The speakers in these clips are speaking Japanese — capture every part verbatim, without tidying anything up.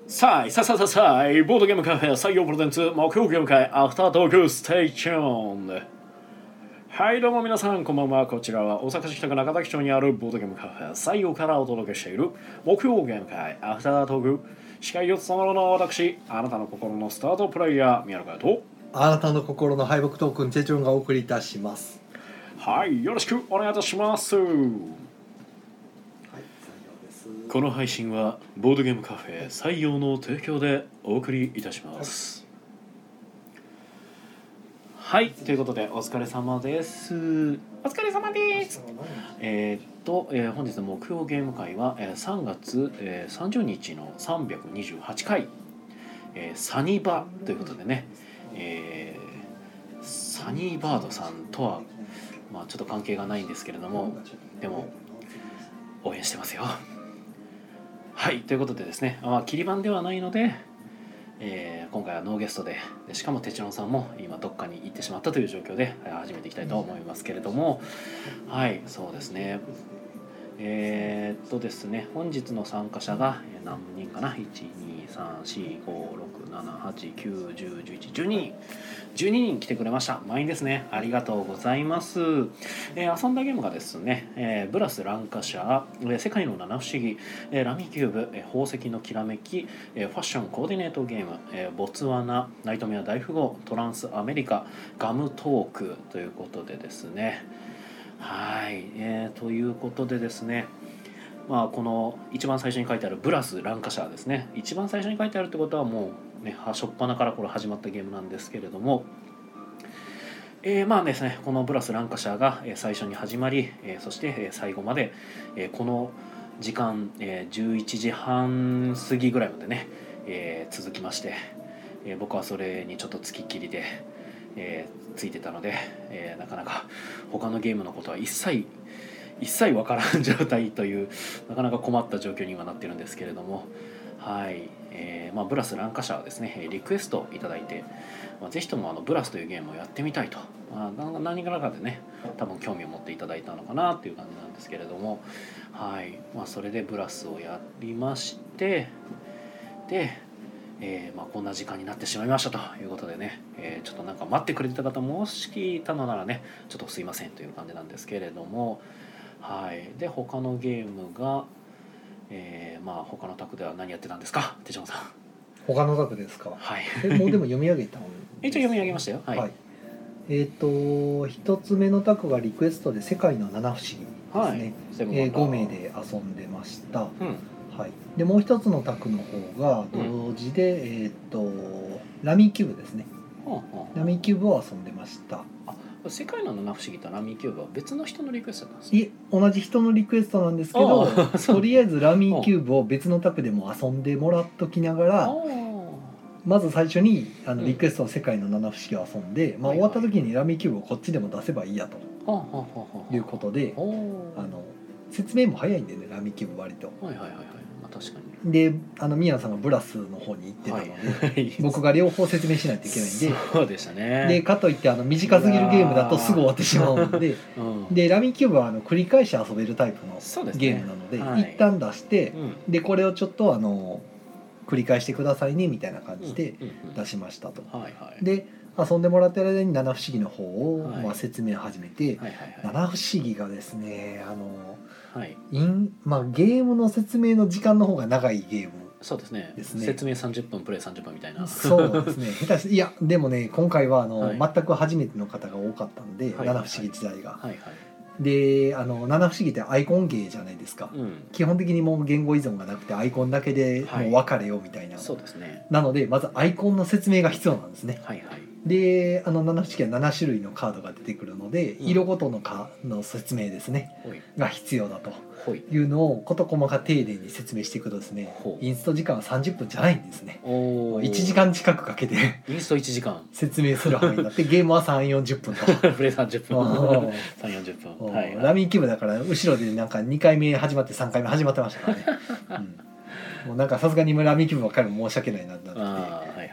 さあ、さあさあさあさあ、ボードゲームカフェ採用プレゼンツ木曜ゲーム会アフタートークステーション。はいどうも皆さんこんばんは。こちらは大阪市北区中崎町にあるボードゲームカフェ採用からお届けしている木曜ゲーム会アフタートーク。司会を務めるのは私、あなたの心のスタートプレイヤー宮野佳代と、 あなたの心の敗北トークンチェチョンがお送りいたします。 はい、よろしくお願いいたします。この配信はボードゲームカフェ採用の提供でお送りいたします。はい、はい、ということでお疲れ様です。お疲れ様です。えー、っと、えー、本日の木曜ゲーム会は、えー、さんがつ、えー、さんじゅうにちのさんびゃくにじゅうはちかい、えー、サニバということでね、えー、サニーバードさんとは、まあ、ちょっと関係がないんですけれども、でも応援してますよ。はい、ということでですね、まあ、切り番ではないので、えー、今回はノーゲスト で, でしかもテチロンさんも今どっかに行ってしまったという状況で始めていきたいと思いますけれども、はいそうですねえー、っとですね本日の参加者が何人かな、いちにさんよんごろくななはちきゅうじゅうじゅういちじゅうににんじゅうににん来てくれました。満員ですね。ありがとうございます。えー、遊んだゲームがですね、えー、ブラス・ランカシャー、えー、世界の七不思議、えー、ラミキューブ、えー、宝石のきらめき、えー、ファッションコーディネートゲーム、えー、ボツワナ、ナイトメア大富豪、トランスアメリカ、ガムトークということでですね、はい、えー、ということでですね、まあ、この一番最初に書いてあるブラス・ランカシャーですね、一番最初に書いてあるってことはもうね、初っ端からこれ始まったゲームなんですけれども、えー、まあですねこのブラス・ランカシャーが最初に始まり、えー、そして最後まで、えー、この時間、えー、じゅういちじはん過ぎぐらいまでね、えー、続きまして、えー、僕はそれにちょっとつきっきりで、えー、ついてたので、えー、なかなか他のゲームのことは一切一切わからん状態というなかなか困った状況にはなってるんですけれども、はい、えーまあ、ブラス・ランカシャーはですねリクエストいただいて、まあ、ぜひともあのブラスというゲームをやってみたいと、まあ、何かかでね多分興味を持っていただいたのかなっていう感じなんですけれども、はいまあ、それでブラスをやりまして、で、えーまあ、こんな時間になってしまいましたということでね、えー、ちょっとなんか待ってくれてた方もしいたのならねちょっとすいませんという感じなんですけれども、はい、で他のゲームが、えー、まあ他の卓では何やってたんですか、手嶋さん。 他の卓ですか。 はい。 えもうでも読み上げたん一応読み上げましたよ。はい。はい、 えっ、ー、と一つ目の卓がリクエストで世界の七不思議ですね。はい、えー、ごめいで遊んでました。うん、はい。でもう一つの卓の方が同時で、うん、えっ、ー、とラミーキューブですね。はあはあ、ラミーキューブを遊んでました。 世界の七不思議とラミーキューブは別の人のリクエストなんですか。いえ同じ人のリクエストなんですけどとりあえずラミーキューブを別の卓でも遊んでもらっときながらまず最初にあのリクエストの世界の七不思議を遊んで、うん、まあ、終わった時にラミーキューブをこっちでも出せばいいやということで、あの説明も早いんでねラミーキューブ割と。はいはいはいはい、まあ、確かに。であの宮野さんがブラスの方に行ってたので、はい、僕が両方説明しないといけないんで、 そうでしたね。 でかといってあの短すぎるゲームだとすぐ終わってしまうので、うん、でラミーキューブはあの繰り返し遊べるタイプのゲームなので、で、ね、はい、一旦出して、うん、でこれをちょっとあの繰り返してくださいねみたいな感じで出しましたと。で遊んでもらってる間に七不思議の方を、はい、まあ、説明を始めて、はいはいはい、七不思議がですねあの、はい、インまあ、ゲームの説明の時間の方が長いゲーム。 そうですね。説明さんじゅっぷんプレイさんじゅっぷんみたいな。 そうですね。下手しいやでもね今回はあの、はい、全く初めての方が多かったんで、はい、七不思議時代が。はいはい、であの七不思議ってアイコン芸じゃないですか、うん、基本的にもう言語依存がなくてアイコンだけでもう別れよみたいな、はい、そうですね。なのでまずアイコンの説明が必要なんですね。はいはい、であの七不思議はななしゅるいのカードが出てくるので、うん、色ごとのかの説明ですね、が必要だというのを事細か丁寧に説明していくとですね、インスト時間はさんじゅっぷんじゃないんですね。いちじかん近くかけてインストいちじかん説明する範囲になってゲームはさんじゅうよんじゅっぷんとプレイさんじゅっぷんさんじゅうよんじゅっぷん、はい、 ラミーキューブだから後ろでなんかにかいめ始まってさんかいめ始まってましたからね、うん、もうなんかさすがにラミーキューブばっかりも申し訳ないなってなって、はいはいはい、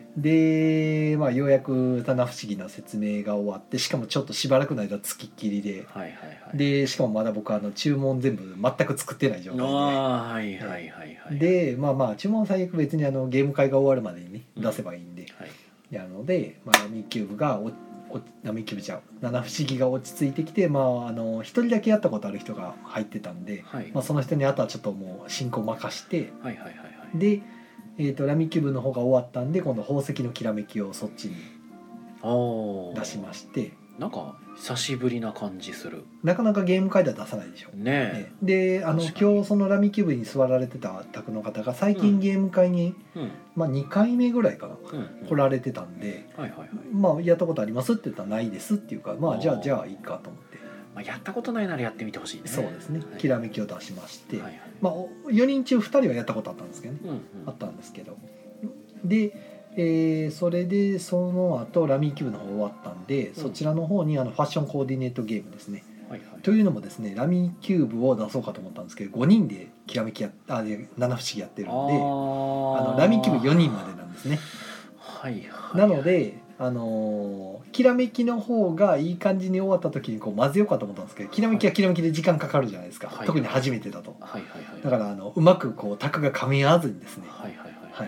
で、まあ、ようやく七不思議の説明が終わって、しかもちょっとしばらくの間つきっきりで、 はいはいはい、 でしかもまだ僕はあの注文全部全く作ってない状態で、 あはいはいはいはい、 でまあまあ注文最悪別にあのゲーム会が終わるまでにね出せばいいんで、 はい、 なので、まあ、ラミーキューブがおおラミーキューブちゃう七不思議が落ち着いてきて、まああの一人だけやったことある人が入ってたんで、 はい、 まあ、その人にあとはちょっともう進行任して、 はいはいはいはい、 で、えー、とラミーキューブの方が終わったんで今度宝石のきらめきをそっちに出しまして、 なんか久しぶりな感じする。 なかなかゲーム会では出さないでしょねえ。 であの今日そのラミキューブに座られてた宅の方が最近ゲーム会に、 うん、 まあ、にかいめぐらいかな、 うん、 来られてたんで、 はいはいはい、 まあやったことありますって言ったらないですっていうか、まあじゃあじゃあいいかと思って、 まあ、やったことないならやってみてほしいね。 そうですね、 はい、 きらめきを出しまして、 はいはい、 まあ、よにん中ふたりはやったことあったんですけどね、 うんうん、 あったんですけど、でえー、それでその後ラミーキューブの方終わったんで、うん、そちらの方にあのファッションコーディネートゲームですね、はいはい、というのもですねラミーキューブを出そうかと思ったんですけどごにんできらめきやあで七不思議やってるんで、あのラミーキューブよにんまでなんですね、 はいはいはい、 なのであのー、きらめきの方がいい感じに終わった時にこう混ぜようかと思ったんですけど、きらめきはきらめきで時間かかるじゃないですか、はい、特に初めてだと、はいはいはい、だからあのうまくこうタクが噛み合わずにですね、はいはいはいはい、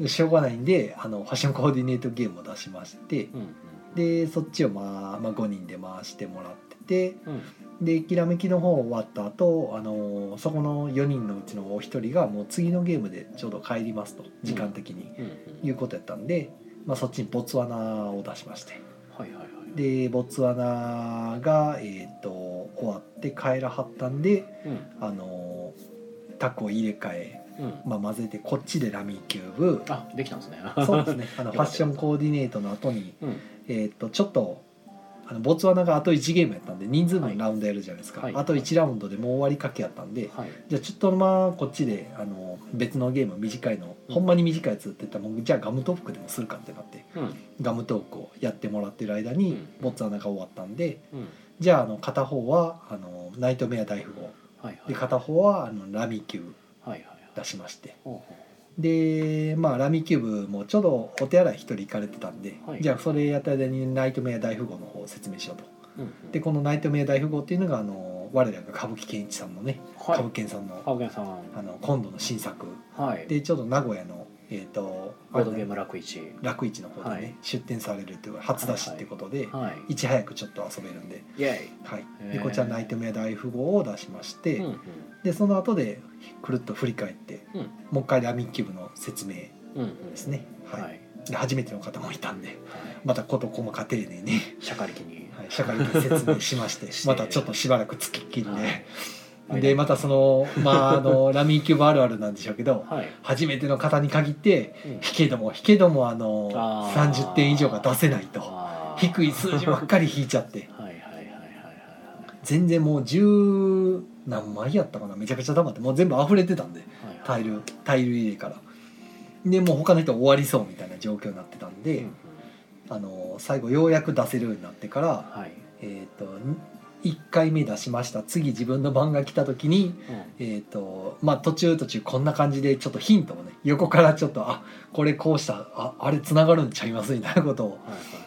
しょうがないんであのファッションコーディネートゲームを出しまして、うんうん、でそっちを、まあ、まあごにんで回してもらってて、うん、できらめきの方終わった後あのそこのよにんのうちのお一人がもう次のゲームでちょうど帰りますと時間的に、うんうんうん、いうことやったんで、まあ、そっちにボツワナを出しまして、はいはいはい、でボツワナが、えー、と終わって帰らはったんで、うん、あのタクを入れ替え、うんまあ、混ぜてこっちでラミーキューブあできたんですねそうですねあのファッションコーディネートの後に、うんえー、とちょっとあのボツワナがあといちゲームやったんで人数分ラウンドやるじゃないですか、はい、あといちラウンドでもう終わりかけやったんで、はい、じゃあちょっとまあこっちであの別のゲーム短いの、うん、ほんまに短いやつって言ったらもうじゃあガムトークでもするかってなって、うん、ガムトークをやってもらってる間にボツワナが終わったんで、うん、じゃああの片方はあのナイトメア大富豪、はいはい、で片方はあのラミーキューブ出しまして、はいはいでまあラミーキューブもちょうどお手洗い一人行かれてたんで、はい、じゃあそれやった間にナイトメア大富豪の方を説明しようと、うんうん、でこのナイトメア大富豪っていうのがあの我らが歌舞伎健一さんのね、はい、歌舞伎健さんの歌舞伎さんあの今度の新作、はい、でちょうど名古屋のえーと、 ボードゲーム楽市楽市の方でね、はい、出展されるっていう初出しっていうことで、はいはい、いち早くちょっと遊べるんで、イエイ、はい、でこちらナイトメア大富豪を出しまして、うんうん、でその後でくるっと振り返って、うん、もう一回ラミーキューブの説明ですね、うんうんはいはい、で初めての方もいたんで、はい、また事細か丁寧にしゃかりきに、 はい、しゃかりき説明しましてまたちょっとしばらくつきっきりで、はいでまたそのまああのラミーキューブあるあるなんでしょうけど、はい、初めての方に限って引けども引けどもあのさんじゅってん以上が出せないと低い数字ばっかり引いちゃって全然もう十何枚やったかなめちゃくちゃ溜まってもう全部溢れてたんで、タイルタイル入れからでもう他の人終わりそうみたいな状況になってたんで、うんうん、あの最後ようやく出せるようになってから、はい、えっといっかいめ出しました次自分の番が来た時に、うんえーとまあ、途中途中こんな感じでちょっとヒントをね横からちょっとあこれこうしたああれつながるんちゃいますみたいなことを、はいはい、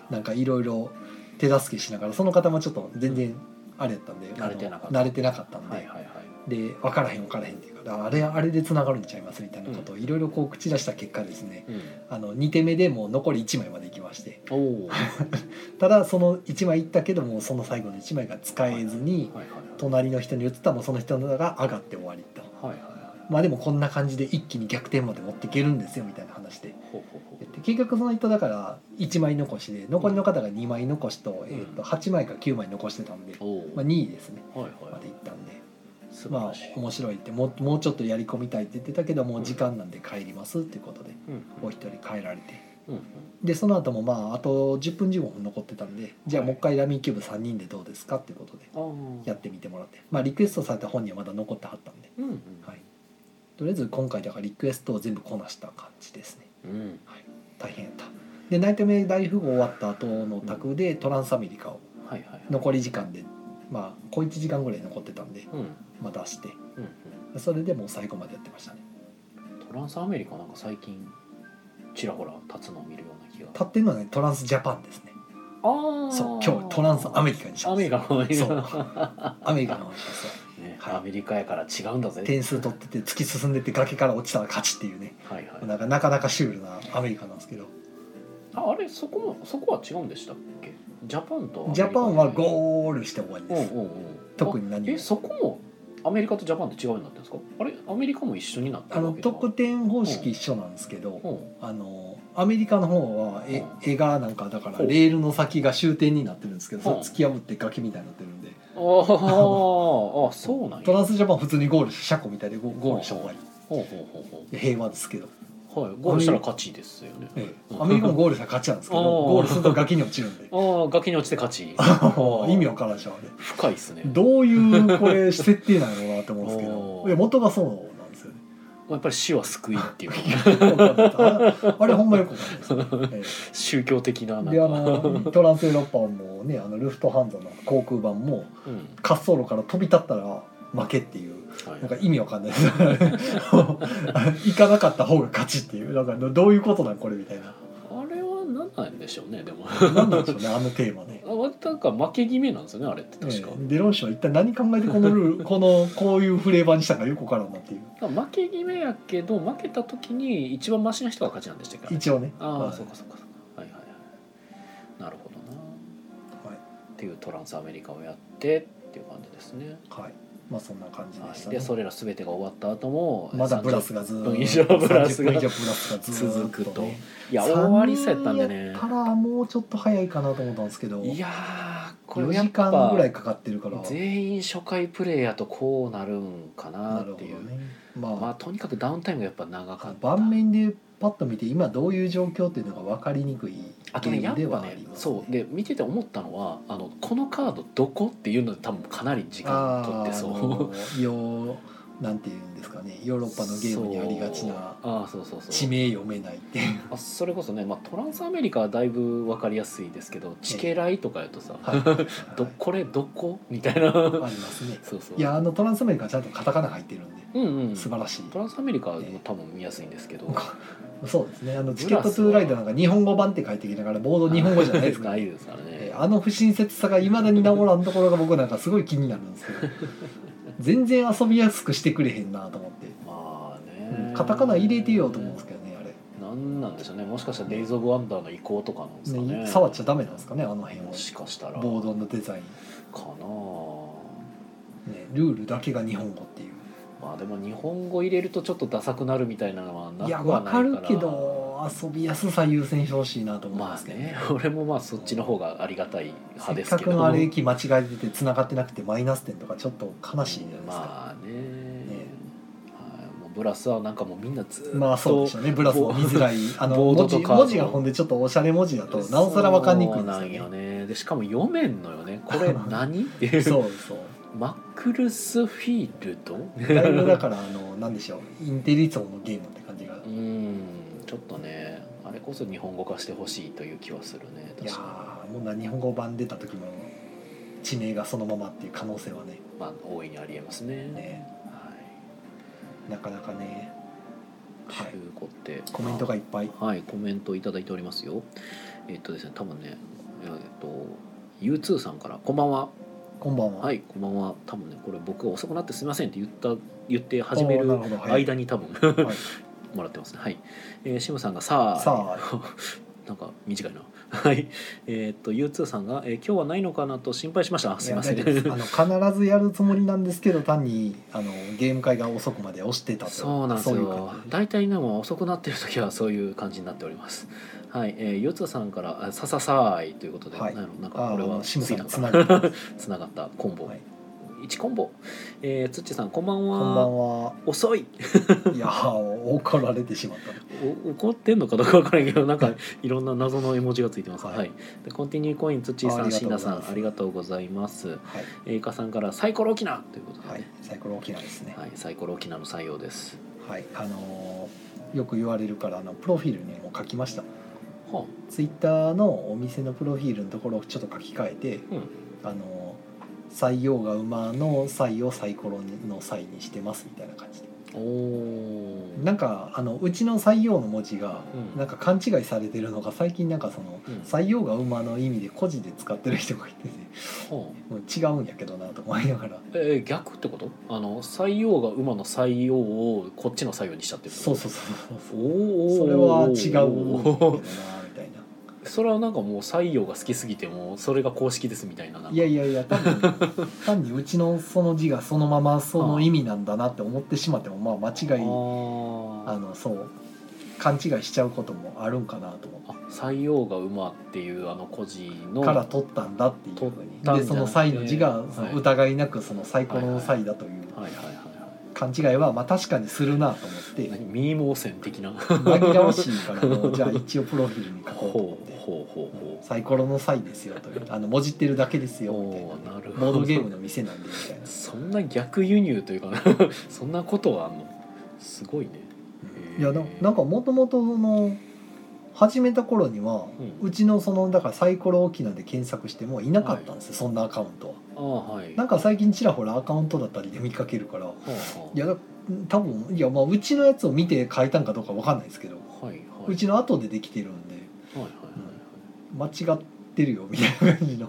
なんかいろいろ手助けしながらその方もちょっと全然あれやったんで、うん、慣れてなかった慣れてなかったんで、はいはいはい、で分からへん分からへんっていうかあれあれでつながるんちゃいますみたいなことをいろいろこう口出した結果ですね、うん、あのに手目でもう残りいちまいまでいきましておただそのいちまいいったけどもその最後のいちまいが使えずに隣の人に移ったらもうその人のが上がって終わりと、はいはいはい、まあでもこんな感じで一気に逆転まで持っていけるんですよみたいな話で結局その人だからいちまい残しで残りの方がにまい残しと、えー、とはちまいかきゅうまい残してたんで、まあ、にいですね、はいはい、までいったんでまあ面白いってもう、もうちょっとやり込みたいって言ってたけどもう時間なんで帰りますっていうことで、うん、お一人帰られて、うん、でその後もまああとじゅっぷんじゅうごふん残ってたんでじゃあもう一回ラミーキューブさんにんでどうですかっていうことでやってみてもらってまあリクエストされた本にはまだ残ってはったんで、うんうんはい、とりあえず今回だからリクエストを全部こなした感じですね、うんはい、大変やったでナイトメイ大富豪終わった後の卓でトランスアメリカを残り時間でまあ小いちじかんぐらい残ってたんで、うんまあ、出して、うんうん、それでもう最後までやってましたね。 トランスアメリカなんか最近ちらほら立つのを見るような気が。 立ってるのはねトランスジャパンですね。 ああそう今日トランスアメリカにします。 アメリカの方にそうアメリカの方にしますよ、 ねはい、 アメリカやから違うんだぜ。 点数取ってて突き進んでって崖から落ちたら勝ちっていうね、 はいはい、 なんかなかなかシュールなアメリカなんですけど。 あ, あれそこもそこは違うんでしたっけ？ジャパンとアメリカ。 ジャパンはゴールして終わりです、 うんうんうん、 特に何も。 えそこもアメリカとジャパンって違うようになってるんですか？あれアメリカも一緒になってあのるわけだ。 得点方式一緒なんですけど、 うんうん、 あのアメリカの方は絵、 うん、 絵がなんかだからうんレールの先が終点になってるんですけど、それうん突き破って崖みたいになってるんで、 ああそうなんや。 トランスジャパン普通にゴールして車庫みたいでゴゴールして終わり、 ほうほうほうほう、 平和ですけど、 はい、ゴールしたら勝ちですよね。 ええ、アメリカもゴールしたら勝ちなんですけどゴールすると崖に落ちるんでああ崖に落ちて勝ち意味わからんでしょあれ。 深いですね。 どういうこれ設定なんやろうなと思うんですけどいや元がそうなんですよね。 やっぱり死は救いっていうあ, あれほんまよくわかんないです、 ええ、宗教的ななんかであのトランスエロッパンもねあのルフトハンザの航空版も、うん、滑走路から飛び立ったら負けっていう、はい、なんか意味わかんないです行かなかった方が勝ちっていうなんかどういうことなんこれみたいな。 あれは何なんでしょうね。でも何なんでしょうねあのテーマね。 あなんか負け決めなんですよねあれって確か、 ね、デロン氏は一体何考えてこのルールこのこういうフレーバーにしたかよくわからんなっていう。 負け決めやけど負けた時に一番マシな人が勝ちなんでしたっけ？ 一応ね。 ああ、 はい、 そうかそうかそうか。はいはいはい。なるほどな。はい。っていうトランスアメリカをやってっていう感じですね。 はい。まあそんな感じでしたね。 でそれら全てが終わった後もまだブラスがずっと以上ブラスが続くと。いや終わりそうやったんでね。 たらもうちょっと早いかなと思ったんですけど。 いやこれよじかんぐらいかかってるから。 全員初回プレイやとこうなるんかなっていう。 ね、まあ、 まあとにかくダウンタイムがやっぱ長かった。 盤面でパッと見て今どういう状況っていうのが分かりにくい。 あとねやっぱねそうで見てて思ったのはあのこのカードどこっていうので多分かなり時間取ってそう。 よなんていうんですかねヨーロッパのゲームにありがちなあそうそうそう地名読めないってあそれこそね、まあ、トランスアメリカはだいぶ分かりやすいですけどチケライとかやとさ、ええ、どこれどこみたいなありますね。そうそういやあのトランスアメリカはちゃんとカタカナ入ってるんで、うんうん、素晴らしい。 トランスアメリカも多分見やすいんですけど、 えー、そうですねあのチケットトゥーライドなんか日本語版って書いてきながらボード日本語じゃないですから、 ないですからね、 えー、あの不親切さがいまだに治らんところが僕なんかすごい気になるんですけど全然遊びやすくしてくれへんなと思ってまあね、うん、カタカナ入れてよと思うんですけどねあれなんなんでしょうねもしかしたらデイズ・オブ・ワンダーの移行とかなんですかね、 ね触っちゃダメなんですかねあの辺はもしかしたらボードのデザインかな、 ね、ルールだけが日本語っていうまあでも日本語入れるとちょっとダサくなるみたいなのはなくはないからいや分かるけど遊びやすさ優先してほしいなと思いますけど、ね、 まあね俺もまあそっちの方がありがたい派ですけどせっかくのあれ駅間違えてて繋がってなくてマイナス点とかちょっと悲しいじゃないですか、 まあねねはいもうブラスはなんかもうみんなずっとまあそうでしょうねブラスも見づらいあの文字文字がほんでちょっとおしゃれ文字だとなおさら分かんにくいんですよ ね, よねでしかも読めんのよねこれ何っていうそうそうマクルスフィールドだいぶだからあのなんでしょうインテリ層のゲームって感じがうんちょっとねあれこそ日本語化してほしいという気はするね確かにいやもうな日本語版出た時も地名がそのままっていう可能性はねまあ大いにありえますねね、はい、なかなかねということでコメントがいっぱいはいコメントいただいておりますよえっとですね多分ねえっと ユーツー さんからこんばんはこんばんは。 はい、こんばんは。多分ね、これ僕が遅くなってすみませんって言った言って始める間に多分、はい、もらってますね。はい。えー、シムさんがさあ、さあなんか短いな。はい。えっ、ー、と ユーツー さんが、えー、今日はないのかなと心配しました。すみません。 あの必ずやるつもりなんですけど、単にあのゲーム会が遅くまで押してたと。 そうなんですよ。大体ねもう遅くなってる時はそういう感じになっております。はい、えー、ヨツさんからさささーいということで、はい、なんかこれはシムさんつながったつながったコンボ、はい、いちコンボ、えー、つっちさんこんばんは。 こんばんは。 遅い。 いや怒られてしまった。 お怒ってんのかどうかわからないけどなんかいろんな謎の絵文字がついてます。はい。はい、でコンティニューコインつっちさんしんなさんありがとうございます。はい。えー、いかさんからサイコロ沖縄ということで、ね、はい、 サイコロ沖縄ですね。 はい、サイコロ沖縄の採用です。 はい、あのー、よく言われるからあのプロフィールにも書きました。はあ、ツイッターのお店のプロフィールのところをちょっと書き換えて、うん、あの採用が馬の採をサイコロの採にしてますみたいな感じで。 おなんかあのうちの採用の文字がうんなんか勘違いされてるのが最近なんかそのうん採用が馬の意味で孤児で使ってる人がいてて、 はもう違うんやけどなと思いながら。 あえー逆ってこと？あの採用が馬の採用をこっちの採用にしちゃってるってこと？ そうそうそうそう。 おおそれは違うんだけどなみたいな。 それはなんかもう採用が好きすぎてもそれが公式ですみたいな。なんかいやいやいや多分単にうちのその字がそのままその意味なんだなって思ってしまってもまあ間違いあのそう勘違いしちゃうこともあるんかなと思って。 あ採用が馬っていうあの孤児のから取ったんだっていうふうに。でその際の字がその疑いなくそのサイコロの際だという勘違いはまあ確かにするなと思って何ミーモーセン的な紛らわしいからもうじゃあ一応プロフィールに書こうと思ってほうほうほうサイコロの際ですよというあのもじってるだけですよみたいななるほどボードゲームの店なんでみたいな。 そんな逆輸入というかそんなことはあんのすごいね。 いやななんかもともとの始めた頃には、うん、うちのそのだからサイコロ沖縄で検索してもいなかったんですよ、はい、そんなアカウントは。あ、はい、なんか最近ちらほらアカウントだったりで見かけるから、はあはあ、いや多分いやまあうちのやつを見て変えたんかどうかわかんないですけど、はいはい、うちの後でできてるんで、はいはいはいはい、間違ってるよみたいな感じの、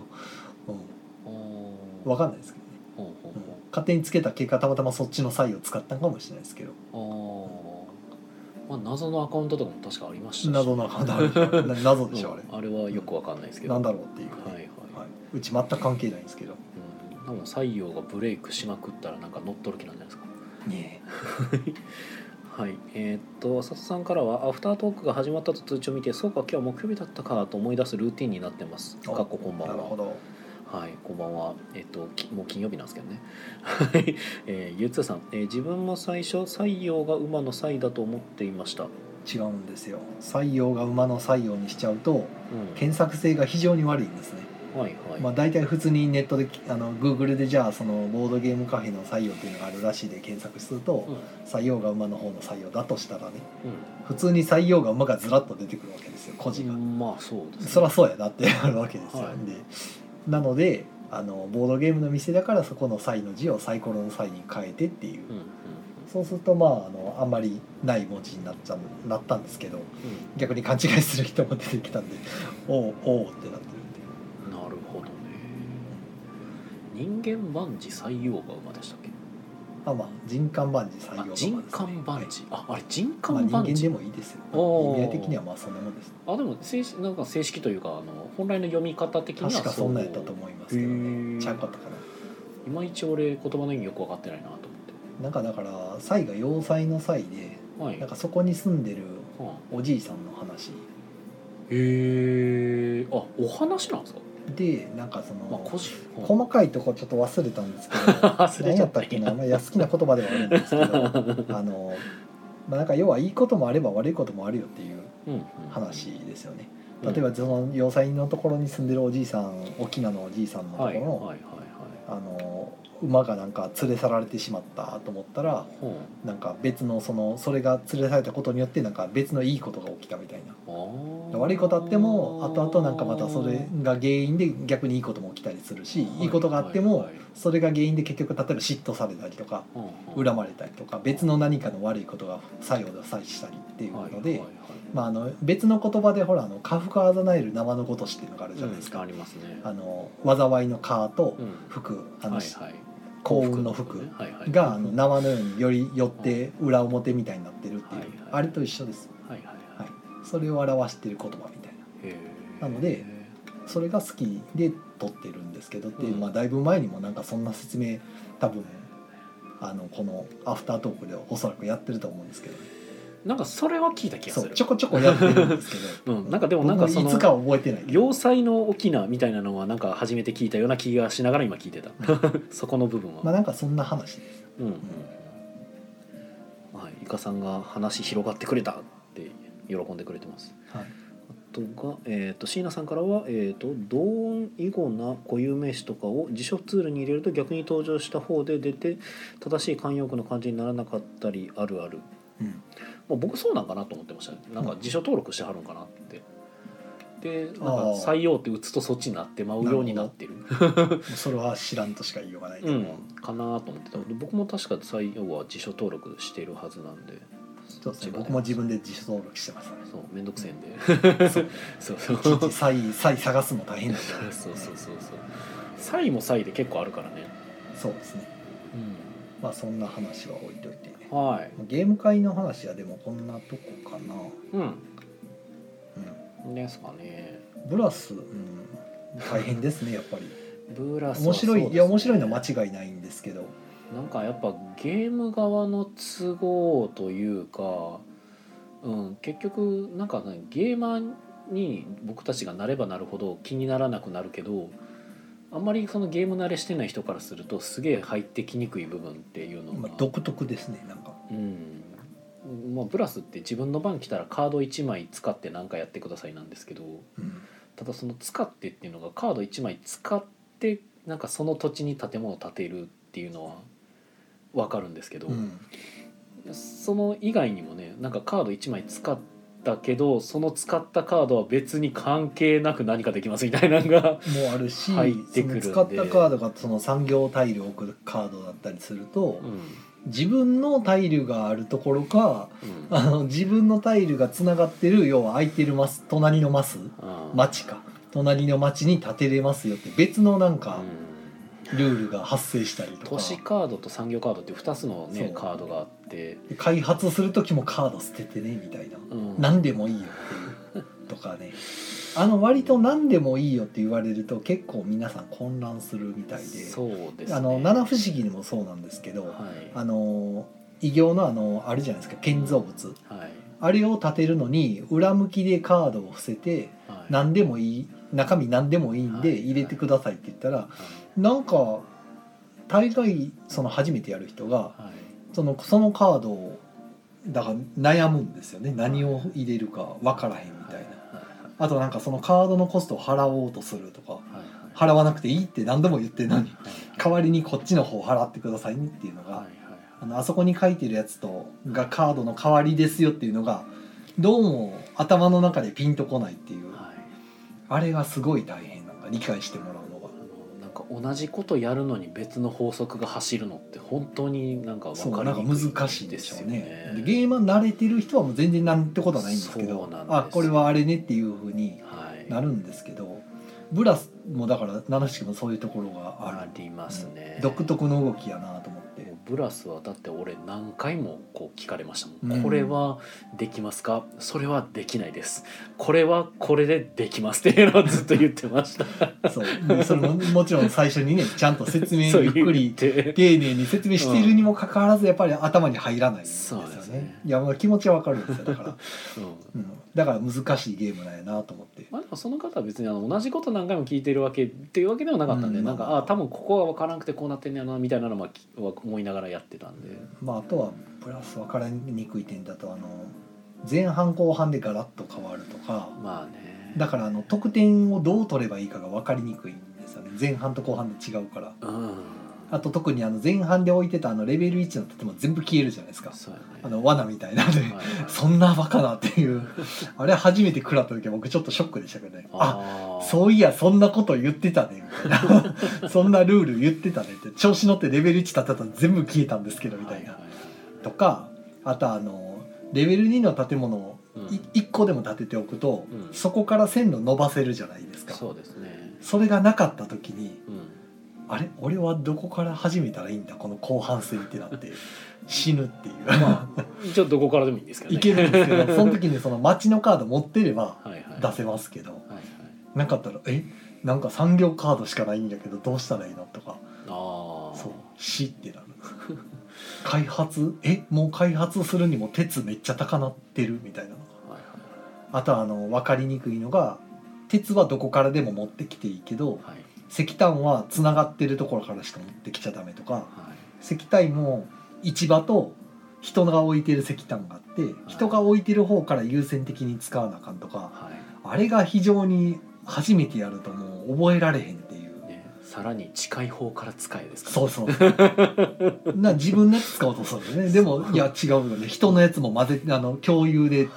うん、わかんないですけどね、はあはあ、うん、勝手につけた結果たまたまそっちの際を使ったんかもしれないですけど。あまあ、謎のアカウントとかも確かありましたし、 謎のアカウントあるでしょ謎でしょあれ、 あれはよくわかんないですけど、 なんだろうっていう、はいはいはい、うち全く関係ないんですけど、 うん、でも採用がブレイクしまくったらなんか乗っ取る気なんじゃないですかねえはいえー、っと佐藤さんからはアフタートークが始まったと通知を見てそうか今日木曜日だったかと思い出すルーティンになってます。かっここんばんは。なるほど。はい、こんばんは。えっと、もう金曜日なんですけどね。はい、えー、ゆうつーさん、えー、自分も最初採用が馬の採だと思っていました。 違うんですよ。採用が馬の採用にしちゃうと、うん、検索性が非常に悪いんですね。はいはい。まあ大体普通にネットであの Google でじゃあそのボードゲームカフェの採用っていうのがあるらしいで検索すると、うん、採用が馬の方の採用だとしたらね、うん、普通に採用が馬がずらっと出てくるわけですよ。個人が。うん、まあそうですね。そりゃそうやなってなるわけですよ。はい、でなのであのボードゲームの店だからそこの際の字をサイコロの際に変えてっていう、うんうんうん、そうするとまああのあんまりない文字になっちゃなったんですけど、うん、逆に勘違いする人も出てきたんでおうおうってなってるんで。 なるほどね。人間万事採用が馬でしたっけ？ あまあ人間万事採用が馬です、ね、 人間万事、はい、ああれ人間万事、まあ、人間でもいいですよ。意味合い的にはまあそんなもんです。 あでも正式なんか正式というかあの本来の読み方的には確かそんなやったと思いますけどね。ちゃうかったかな。 いまいち俺言葉の意味よく分かってないなと思って。 なんかだから際が要塞の際で、はい、なんかそこに住んでるおじいさんの話。 へえ。あお話なんですか。 でなんかその、まあ個人うん、 細かいとこちょっと忘れたんですけど何やったっけな、まあ、好きな言葉ではあるんですけどあの、まあ、なんか要はいいこともあれば悪いこともあるよっていう話ですよね。例えばその要塞のところに住んでるおじいさん沖縄のおじいさんのところの、はいはいはいはい、あの馬がなんか連れ去られてしまったと思ったら、うん、なんか別のそのそれが連れ去られたことによってなんか別のいいことが起きたみたいな。悪いことあっても後々なんかまたそれが原因で逆にいいことも起きたりするし、いいことがあってもそれが原因で結局例えば嫉妬されたりとか恨まれたりとか別の何かの悪いことが作用で際したりっていうので、まああの別の言葉でほらあのカフカアザナエル生のごとしっていうのがあるじゃないですか。ありますね。あの災いのカと福、あの幸運の福があの縄のようにより寄って裏表みたいになってるっていうあれと一緒です。それを表している言葉みたいな。なのでそれが好きで撮ってるんですけどっていう、うん、まあだいぶ前にもなんかそんな説明多分あのこのアフタートークでおそらくやってると思うんですけど、ね、 なんかそれは聞いた気がする。 そうちょこちょこやってるんですけど、 うん、なんかでもなんかそのいつかは覚えてない要塞の沖縄みたいなのはなんか初めて聞いたような気がしながら今聞いてたそこの部分はまあなんかそんな話です。うん、うんはい、イカさんが話広がってくれたって喜んでくれてます。はい、あとが、えー、と椎名さんからは、えー、と同音異語な固有名詞とかを辞書ツールに入れると逆に登場した方で出て正しい慣用句の漢字にならなかったりあるある、うん、まあ、僕そうなんかなと思ってましたね。なんか辞書登録してはるんかなって、 でなんか採用って打つとそっちになってまうようになってるそれは知らんとしか言いようがないけど、 うん、かなと思ってた。僕も確か採用は辞書登録してるはずなんで。 そうですね、僕も自分で辞書登録してますね。 そうめんどくせえんでそうそうそういちいちサイサイ探すの大変だから、ね、 そうそうそうそうサイもサイで結構あるからね。 そうですね、うん、まあそんな話は置いといてね。 はい、 ゲーム会の話はでもこんなとこかな。 うんうんですかね。 ブラス、うん、大変ですねやっぱり。 ブラス面白い、ね、いや面白いのは間違いないんですけど、 なんかやっぱゲーム側の都合というか、うん、結局なんか、ね、ゲーマーに僕たちがなればなるほど気にならなくなるけど、あんまりそのゲーム慣れしてない人からするとすげえ入ってきにくい部分っていうのが、 まあ、独特ですねなんか。 うん、まあ、ブラスって自分の番来たらカードいちまい使って何かやってくださいなんですけど、 うん、 ただその使ってっていうのがカードいちまい使ってなんかその土地に建物を建てるっていうのは分かるんですけど、うん、その以外にもねなんかカードいちまい使ったけどその使ったカードは別に関係なく何かできますみたいなのがもあるし、 入ってくるんで、 その使ったカードがその産業タイルを置くカードだったりすると、うん、自分のタイルがあるところか、うん、あの自分のタイルがつながってる要は空いてるマス隣のマス、うん、町か隣の町に建てれますよって別のなんか、うん、ルールが発生したりとか、 都市カードと産業カードってふたつの、ね、カードがあって開発する時もカード捨ててねみたいな、うん、何でもいいよっていうとかねあの割と何でもいいよって言われると結構皆さん混乱するみたいで、 そうですね、 あの七不思議でもそうなんですけど、はい、あの異形のあのあるじゃないですか建造物、はい、あれを建てるのに裏向きでカードを伏せて、はい、何でもいい中身何でもいいんで入れてくださいって言ったら、はい、なんか大概その初めてやる人が、はい、そのそのカードをだから悩むんですよね。何を入れるか分からへんみたいな。あとなんかそのカードのコストを払おうとするとか、はいはい、払わなくていいって何度も言ってるのに、はいはい、代わりにこっちの方払ってくださいねっていうのが、はいはいはい、あのあそこに書いてるやつとがカードの代わりですよっていうのがどうも頭の中でピンとこないっていう、はい、あれがすごい大変なんか理解してもらうのが。 同じことやるのに別の法則が走るのって本当になんか分かりにくいですよね。そうなんか難しいですよね。でゲーマー慣れてる人はもう全然なんてことはないんですけど、あこれはあれねっていう風になるんですけど、はい、ブラスもだから七色もそういうところがある、 ありますね。 独特の動きやなと思って。 ブラスはだって俺何回もこう聞かれましたもん、うん、これはできますか、それはできないです、これはこれでできますっていうのをずっと言ってましたそうそれももちろん最初にねちゃんと説明ゆっくり丁寧に説明しているにもかかわらずやっぱり頭に入らないんですよね。そうですね、いやまあ気持ちはわかるんですよだから、うんうん、だから難しいゲームなんやなと思って、 まあ、でもその方は別にあの同じこと何回も聞いてるわけっていうわけではなかったんで、うん、なんかあ多分ここが分からなくてこうなってんねやなみたいなのは思いながらやってたんで、 まあ、あとはプラス分からにくい点だとあの前半後半でガラッと変わるとか、まあね、だからあの得点をどう取ればいいかが分かりにくいんですよね。前半と後半で違うから、うん、あと特にあの前半で置いてたあのレベルいちの建物全部消えるじゃないですか。そうやね、あの罠みたいなので、はいはい、そんなバカなっていうあれ初めて食らった時は僕ちょっとショックでしたけどね。あ, あそういやそんなこと言ってたねみたいなそんなルール言ってたねって調子乗ってレベルいち建てたら全部消えたんですけどみたいな、はいはいはい、とかあとあのレベルにの建物をいっこでも建てておくと、うん、そこから線路伸ばせるじゃないですか。 そうですね。 それがなかった時に、うん、あれ俺はどこから始めたらいいんだこの後半戦ってなって死ぬっていうまあちょっとどこからでもいいんですけどね。 いけるんですけどその時にその街のカード持ってれば出せますけど、はいはいはいはい、なかったらえなんか産業カードしかないんだけどどうしたらいいのとか、あそう死ってなる開発えもう開発するにも鉄めっちゃ高なってるみたいな、はいはい、あとはあの分かりにくいのが鉄はどこからでも持ってきていいけど、はい、石炭はつながってるところからしか持ってきちゃダメとか、はい、石炭も市場と人が置いてる石炭があって、はい、人が置いてる方から優先的に使わなあかんとか、はい、あれが非常に初めてやるともう覚えられへんっていう、 ね、さらに近い方から使えですか、 ね、そうそうな自分のやつ使おうとするんですね。でもいや違うよね人のやつも混ぜあの共有でっていう、はい、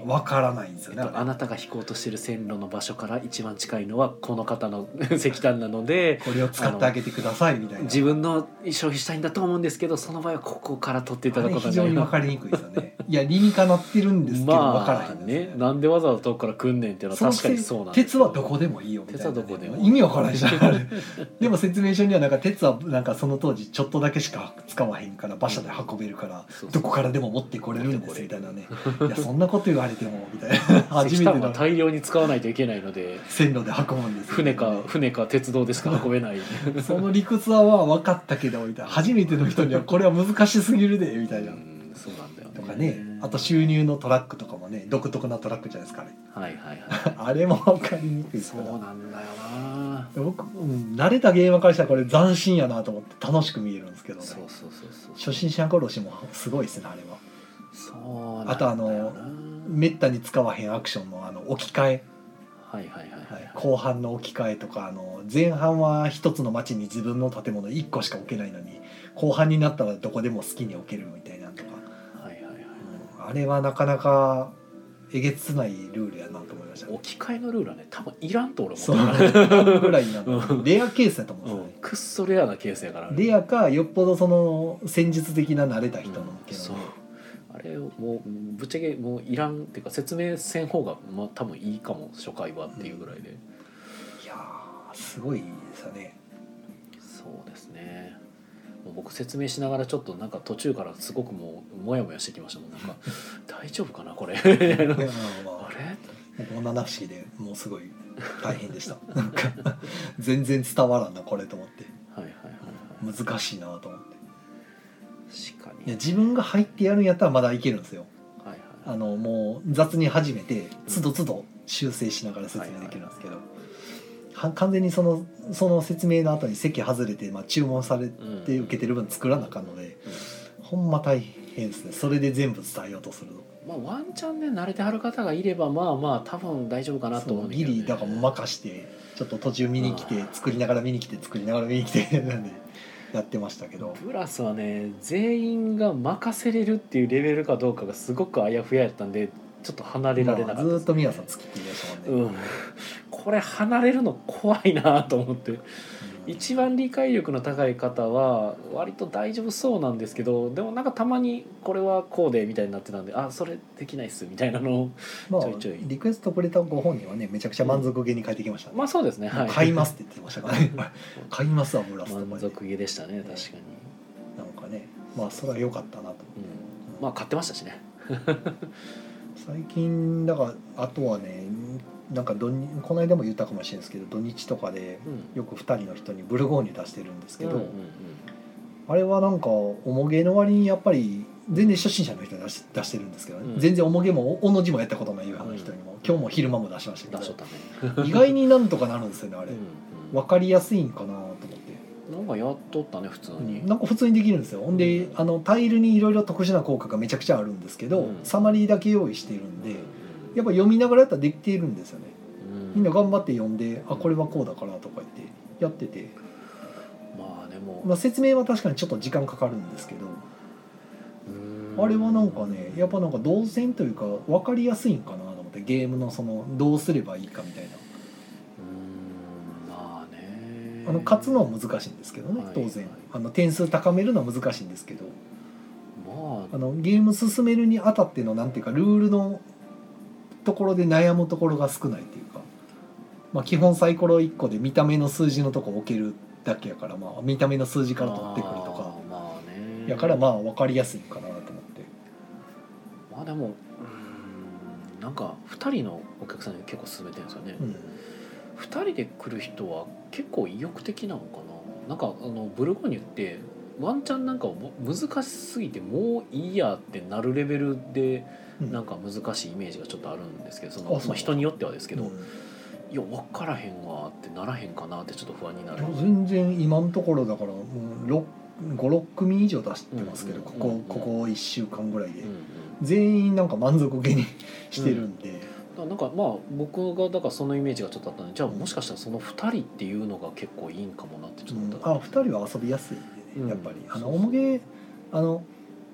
わからないんですよね、 えっと、あなたが引こうとしてる線路の場所から一番近いのはこの方の石炭なのでこれを使ってあげてくださいみたいな、 自分の消費したいんだと思うんですけど、その場合はここから取っていただくこと非常に分かりにくいですよね。いや理にかなってるんですけど分からへんまあね、なんでわざわざ遠くから来んねんっていうのは確かにそうなんです。 鉄はどこでもいいよみたいな、ね、 鉄はどこでも意味わからないじゃんでも説明書にはなんか鉄はなんかその当時ちょっとだけしか使わへんから馬車で運べるから、うん、どこからでも持ってこれるんですみたいなね。いやそんなこと言われてもみたいな初めての大量に使わないといけないので線路で運ぶんです、ね、 船か船か鉄道でしか運べないその理屈は分かったけどみたいな、初めての人にはこれは難しすぎるでみたいな、うん、 そうなんだよね。 とかね、あと収入のトラックとかもね独特なトラックじゃないですかね。 はいはいはいあれも分かりにくいですから。 そうなんだよな。 僕、うん、慣れたゲーマーからしたらこれ斬新やなと思って楽しく見えるんですけどね。 そうそうそうそう、 初心者殺しもすごいですねあれは。 そうなんだよな。 あとあのめったに使わへんアクションのあの置き換え、 はいはいはいはい、はい、 後半の置き換えとか、あの前半は一つの町に自分の建物いっこしか置けないのに後半になったらどこでも好きに置けるみたいなとか、はいはいはい、うん、あれはなかなかえげつないルールやなと思いました、ね、 置き換えのルールはね多分いらんと俺も思ったぐらいなんだ、うん、レアケースやと思うんですよね、 うん、くっそレアなケースやから、ね、 レアかよっぽどその戦術的な慣れた人のけど、ね、 うん、そうあれもうぶっちゃけもういらんっていうか説明せん方がまあ多分いいかも初回はっていうぐらいで、うん、 いやすごいですよね。 そうですね。もう僕説明しながらちょっとなんか途中からすごくもうモヤモヤしてきましたもん。なんか大丈夫かなこれあれ女な不思議でもうすごい大変でしたなんか全然伝わらんなこれと思って、はいはいはいはい、難しいなと思って。 確かにいや自分が入ってやるんやったらまだいけるんですよ、はいはい、あのもう雑に始めてつどつど修正しながら説明できるんですけど、はいはい、完全にそのその説明の後に席外れて、まあ、注文されて受けてる分作らなあかんので、うん、ほんま大変ですね。それで全部伝えようとするの、 まあ、ワンチャンね慣れてはる方がいればまあまあ多分大丈夫かなと思うんだけど、ね、 ギリだから任してちょっと途中見に来て作りながら見に来て作りながら見に来てなんでやってましたけど、 プラスはね全員が任せれるっていうレベルかどうかがすごくあやふややったんでちょっと離れられなかった、ね、 まあ、ずっと皆さんつきっきりでしたもんね、 うん、これ離れるの怖いなと思って、うん、一番理解力の高い方は割と大丈夫そうなんですけど、でもなんかたまにこれはこうでみたいになってたんで、あそれできないっすみたいなのをちょいちょい、まあ、 リクエストくれたご本人はねめちゃくちゃ満足げに書いてきましたね、 うん、まあそうですね、はい、 買いますって言ってましたからね買いますはブラスとか満足げでしたね。確かになんかね、まあそれは良かったなと、うん、 まあ買ってましたしね最近だからあとはねなんか土日この間も言ったかもしれないですけど土日とかでよくふたりの人にブルゴーニュ出してるんですけど、うんうんうん、あれはなんか重げの割にやっぱり全然初心者の人に出し、出してるんですけどね、うん、全然重げもおの字もやったことないような人にも、うん、今日も昼間も出しましたけど、ね、意外になんとかなるんですよねあれ、うんうん、分かりやすいんかなと思って。 なんかやっとったね普通に、 うん、なんか普通にできるんですよ。ほんで、うん、あのタイルにいろいろ特殊な効果がめちゃくちゃあるんですけど、うん、サマリーだけ用意しているんで、うん、やっぱ読みながらやったらできているんですよね、うん、みんな頑張って読んで、あこれはこうだからとか言ってやってて、 まあでも、 まあ、説明は確かにちょっと時間かかるんですけど、あれはなんかねやっぱなんか動線というか分かりやすいんかなと思って、ゲームのそのどうすればいいかみたいな。あの勝つのは難しいんですけどね、当然あの点数高めるのは難しいんですけど、まあ、あのゲーム進めるにあたってのなんていうかルールのところで悩むところが少ないっていうか、まあ、基本サイコロいっこで見た目の数字のとこ置けるだけやから、まあ、見た目の数字から取ってくるとか、まあね、やからまあ分かりやすいかなと思って。 まあでもうーんなんかふたりのお客さんに結構勧めてるんですよね、うんふたりで来る人は結構意欲的なのかな。なんかあのブルゴーニュってワンチャンなんか難しすぎてもういいやってなるレベルでなんか難しいイメージがちょっとあるんですけど、その、まあ、人によってはですけど、うん、いや分からへんわってならへんかなってちょっと不安になる。 全然今のところだからごろっくみ以上出してますけど、うんうんうんうん、ここここいっしゅうかんぐらいで、うんうん、全員なんか満足げにしてるんで、うんなんかまあ僕がだからそのイメージがちょっとあったので、じゃあもしかしたらそのふたりっていうのが結構いいんかもなってちょっと思った、 うん、あふたりは遊びやすいんでね、やっぱり、うん、あの重げあの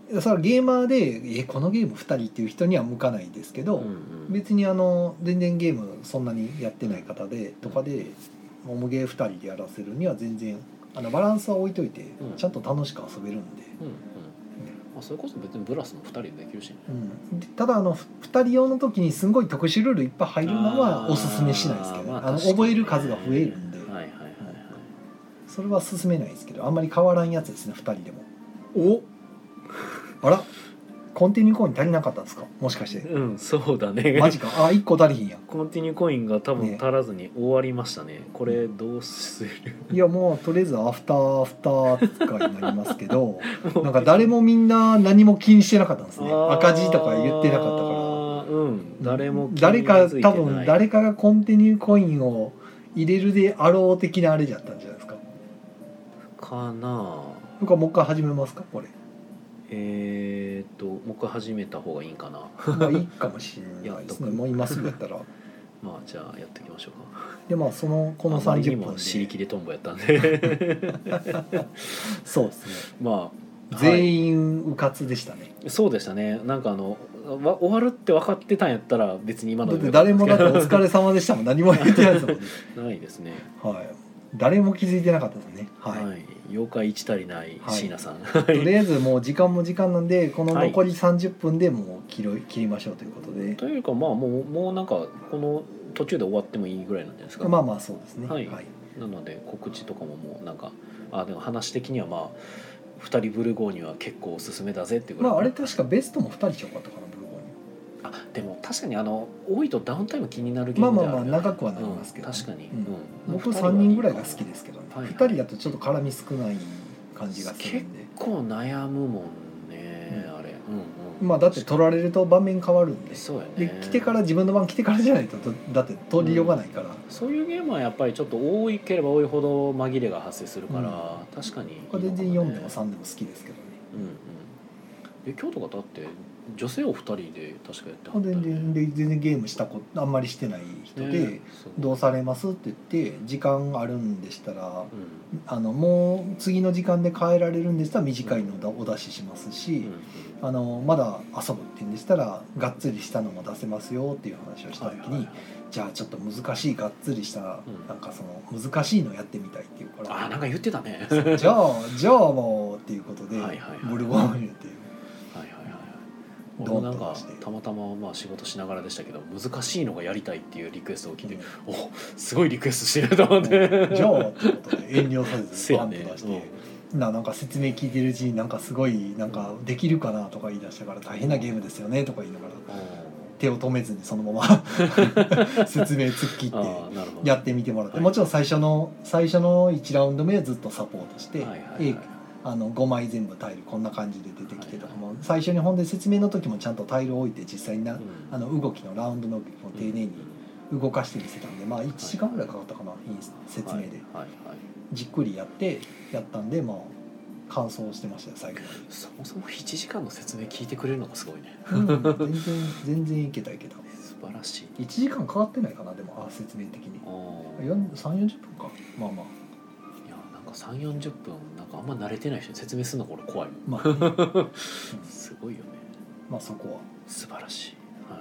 それはゲーマーでえこのゲームふたりっていう人には向かないですけど、 うんうん、 別にあの全然ゲームそんなにやってない方でとかでモムゲーふたりでやらせるには全然あのバランスは置いといてちゃんと楽しく遊べるんで、 うんうん、まあ、それこそ別にブラスもふたりでできるしね、 うん、ただあのふたり用の時にすごい特殊ルールいっぱい入るのはおすすめしないですけど、 あ、 あの覚える数が増えるんで、 はいはいはいはい、 それは勧めないですけどあんまり変わらんやつですねふたりでも。 おあらコンティニューコイン足りなかったんですかもしかして。 うんそうだねマジかあいっこ足りひんやん。 コンティニューコインが多分足らずに終わりましたね。ねこれどうするいやもうとりあえずアフターアフター扱いになりますけどなんか誰もみんな何も気にしてなかったんですね。赤字とか言ってなかったから、 うん、誰も気誰かに付いてない多分誰かがコンティニューコインを入れるであろう的なあれじゃったんじゃないですか。 かな。 僕はもう一回始めますかこれ。 えー、っともう一回始めた方がいいんかな。 まあいいかもしれないですね。もう今すぐやったらまあじゃあやっていきましょうか。 でまあそのこのさんじゅっぷんで尻切れトンボやったんでそうですね。 まあ全員うかつでしたね、 はい、そうでしたね。なんかあのわ終わるって分かってたんやったら別に今のだって誰もだってお疲れ様でしたもん何も言ってないですもんねないですね。 はい誰も気づいてなかったですね。はい、 はい、妖怪一足りない椎名さん、 はい、とりあえずもう時間も時間なんでこの残りさんじゅっぷんでもう切り切りましょうということで、 というかまあもうもうなんかこの途中で終わってもいいぐらいなんじゃないですか。 まあまあそうですね。 はい、はい、なので告知とかももうなんかあでも話的にはまあふたりブルゴーニュは結構おすすめだぜっていうぐらい。 まああれ確かベストもふたりちゃうかったかなブルゴーニュ。あでも確かにあの多いとダウンタイム気になるゲームであるよね。 まあまあまあ長くはなりますけど、 ね、うん、確かに、 うん、僕さんにんぐらいが好きですけどね、はいはい、ふたりだとちょっと絡み少ない感じがするんで結構悩むもんね、うん、あれ、うんうん、 まあだって取られると場面変わるんで、 そうやね、 で来てから自分の番来てからじゃないとだって取りようがないから、うん、 そういうゲームはやっぱりちょっと多いければ多いほど紛れが発生するから、うん、確かにいい、ね、 全然よんでもさんでも好きですけどね。 うんうんえ京都がだって女性をふたりで確かやってはった、 ね、全然で全然ゲームしたことあんまりしてない人で、ね、どうされますって言って時間あるんでしたら、うん、あのもう次の時間で変えられるんでしたら短いのをお出ししますし、うん、あのまだ遊ぶっていうんでしたらがっつりしたのも出せますよっていう話をした時に、はいはいはい、じゃあちょっと難しいがっつりした、うん、なんかその難しいのやってみたいっていうからあなんか言ってたねじゃあじゃあもうっていうことで、はいはいはい、ブルゴーニュっていう俺もなんかたまたままあ仕事しながらでしたけど難しいのがやりたいっていうリクエストを聞いて、うん、おすごいリクエストしてると思って、 うん、じゃあってことで遠慮さずバンと出して、うん、ななんか説明聞いてるうちになんかすごいなんかできるかなとか言い出したから大変なゲームですよねとか言いながら、うん、手を止めずにそのまま説明突っ切ってやってみてもらって、もちろん最初の最初のいちラウンド目はずっとサポートして、はいはいはい、あのごまい全部タイルこんな感じで出てきてとかも、はいはい、最初にほんで説明の時もちゃんとタイルを置いて実際にな、うん、あの動きのラウンドの動きも丁寧に動かして見せたんで、まあいちじかんぐらいかかったかな、いい説明で、はいはいはい、じっくりやってやったんで、まあ完走してましたよ最後まで。 そもそもいちじかんの説明聞いてくれるのがすごいね、 うん、全然全然いけたいけた素晴らしい。 いちじかんかかってないかなでもあ説明的にさんじゅうよんじゅっぷんかまあまあさんじゅうよんじゅっぷんなんかあんま慣れてない人に説明するのこれ怖いもん、まあね、すごいよね。 まあそこは素晴らしい、はい、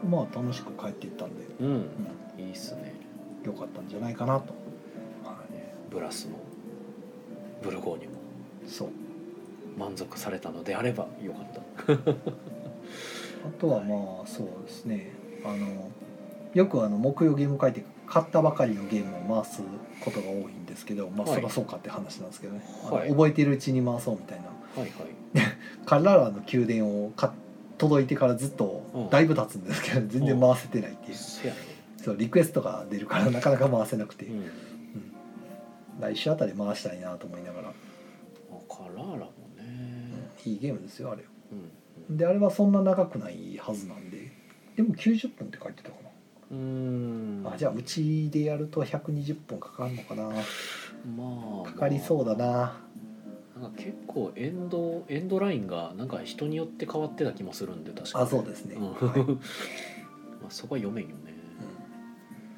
まあ楽しく帰っていったんで、 うん、うん、いいっすね。 よかったんじゃないかなと、 はい、ブラスもブルゴーニュもそう満足されたのであればよかったあとはまあそうですね、あのよくあの木曜ゲーム会って買ったばかりのゲームを回すことが多いんですけど、まあそりゃそうかって話なんですけどね、はい、覚えてるうちに回そうみたいな、はいはい、カララの宮殿をか届いてからずっとだいぶ経つんですけど、うん、全然回せてないっていう、うん、そうリクエストが出るからなかなか回せなくて、うんうん、来週あたり回したいなと思いながら。 カララもね、 うん、いいゲームですよあれ、うんうん、であれはそんな長くないはずなんで、でもきゅうじゅっぷんって書いてたかな。 うーんあじゃあうちでやるとひゃくにじゅっぷんかかるのかな。 まあかかりそうだな。 なんか結構エンドエンドラインがなんか人によって変わってた気もするんで確かに。 あそうですね、 うんはい、まあそこは読めんよね、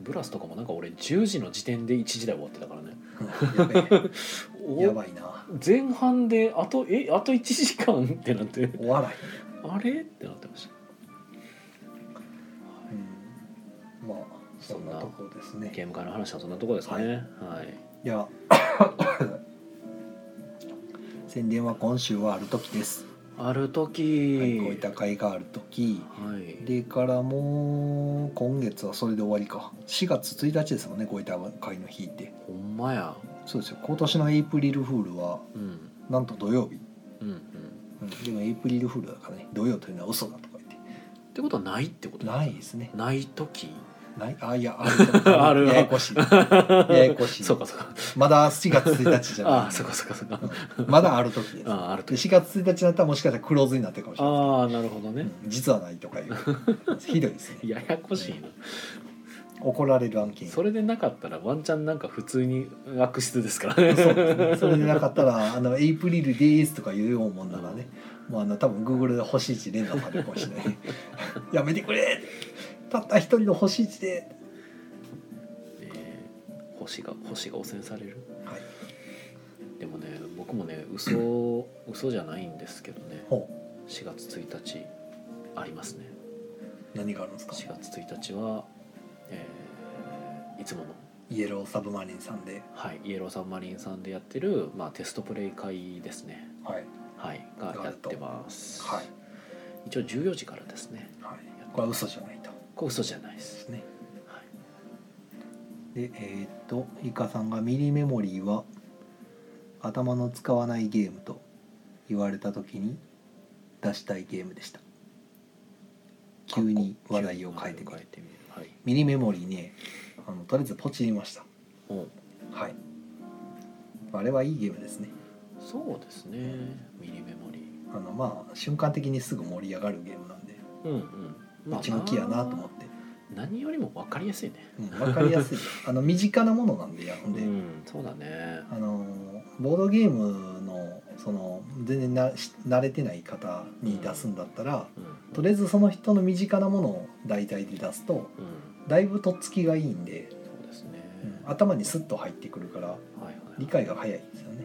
ブラスとかもなんか俺じゅうじの時点でいちじ台終わってたからね、 うん、や, やばいな。 前半であとえあといちじかんってなって終わらへんあれってなってました、 うん、まあそんなとこですね。 ゲーム会の話はそんなとこですかね。はい、はい、 いや宣伝は今週はある時です。 ある時、 はい、こういった会がある時、はい、でからもう今月はそれで終わりか。しがつついたちですもんね、こういった会の日って。 ほんまや。 そうですよ。今年のエイプリルフールは、うん、なんと土曜日、うんうんうん、でもエイプリルフールだからね、土曜というのは嘘だとか言ってってことはないってことですか。 ないですね。 ない時ないあいやあるあるややこしいややこしいそうかそうかまだしがつついたちじゃないあそうかそうかそうか、 うん、まだある時です。 あある時しがつついたちだったらもしかしたらクローズになってるかもしれない。 ああなるほどね、 うん、実はないとかいうひどいですね。 ややこしいな、 怒られる案件。 それでなかったらワンチャンなんか普通に悪質ですからね。 そうですね。それでなかったらあのエイプリルですとか言うようもんならね、うん、もうあの多分 Google で星いち連打されるかもしれないやめてくれたった一人の星いちで、 えー、星が星が汚染される、 はい、 でもね僕もね嘘嘘じゃないんですけどね、しがつついたちありますね。 何があるんですか。 しがつついたちは、えー、いつものイエローサブマリンさんで、 はい、イエローサブマリンさんでやってる、まあ、テストプレイ会ですね、 はいはい、がやってます、 はい、 一応じゅうよじからですね、 はい、これは嘘じゃないと。 これ嘘じゃないですね、はい、でえー、っとイカさんがミリメモリーは頭の使わないゲームと言われた時に出したいゲームでした。急に話題を変えてみる、はい、ミリメモリーね、あのとりあえずポチりました。はい、あれはいいゲームですね。 そうですね、ミリメモリーあのまあ瞬間的にすぐ盛り上がるゲームなんで、うんうん、内向きやなと思って。 何よりも分かりやすいね、 うん、分かりやすいあの身近なものなんでやんで、 うん、そうだね。 あのボードゲームのその全然な慣れてない方に出すんだったら、うんうん、とりあえずその人の身近なものを題材で出すと、うん、だいぶとっつきがいいんで、 そうですね、 うん、頭にスッと入ってくるから、はいはいはい、理解が早いですよね。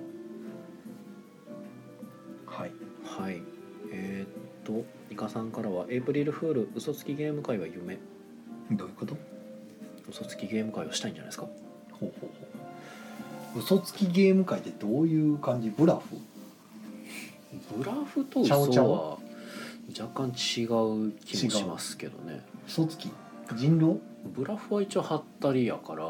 はい、 はい、えー、っとイカさんからはエイプリルフール嘘つきゲーム会は夢。 どういうこと。 嘘つきゲーム会をしたいんじゃないですか。 ほうほうほう。嘘つきゲーム会ってどういう感じ。ブラフ。 ブラフと嘘は若干違う気もしますけどね。 嘘つき人狼。 ブラフは一応ハったりやから、うん、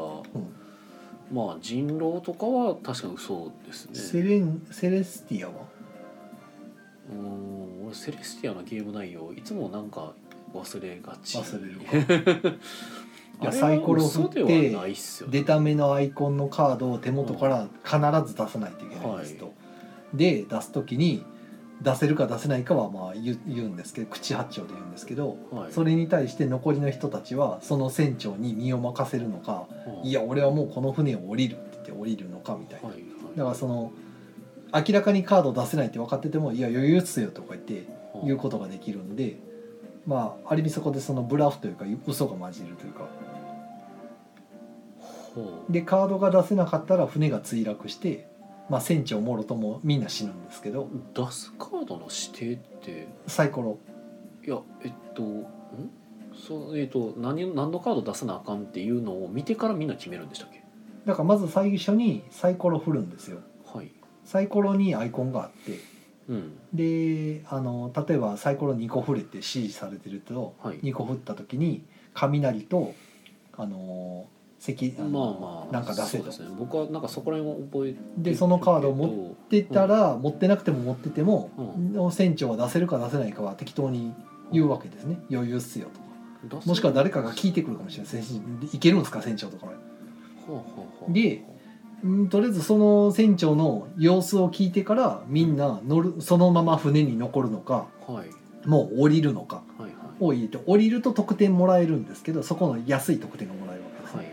まあ人狼とかは確かに嘘ですね。 セレンセレスティアは。 うーん、俺セレスティアのゲーム内容いつもなんか忘れがち。 忘れるいやサイコロ振って出た目のアイコンのカードを手元から必ず出さないといけないんですと、はい、で出す時に出せるか出せないかはまあ 言, 言うんですけど、口八丁で言うんですけど、はい、それに対して残りの人たちはその船長に身を任せるのか、うん、いや俺はもうこの船を降りるって言って降りるのかみたいな、はいはい、だからその明らかにカード出せないって分かっててもいや余裕っすよとか言って言うことができるんで、まあある意味そこでそのブラフというか嘘が混じるというか、でカードが出せなかったら船が墜落して、まあ、船長もろともみんな死ぬんですけど。 出すカードの指定ってサイコロ。 いやえっとんそうえっと 何, 何のカード出さなあかんっていうのを見てからみんな決めるんでしたっけ。 だからまず最初にサイコロ振るんですよ。 はい。 サイコロにアイコンがあって、 うん、であの例えばサイコロにこ振れって指示されてると、はい、にこ振った時に雷とあの石あの、まあまあ、なんか出せと。そうですね、僕はなんかそこら辺を覚えてでそのカードを持ってたら、うん、持ってなくても持ってても、うん、船長は出せるか出せないかは適当に言うわけですね。余裕っすよとか、もしくは誰かが聞いてくるかもしれない。いけるんですか船長とか。でとりあえずその船長の様子を聞いてからみんな乗る、そのまま船に残るのか、はい、もう降りるのかを入れて、降りると得点もらえるんですけど、そこの安い得点がもらえるわけですね、はいはい、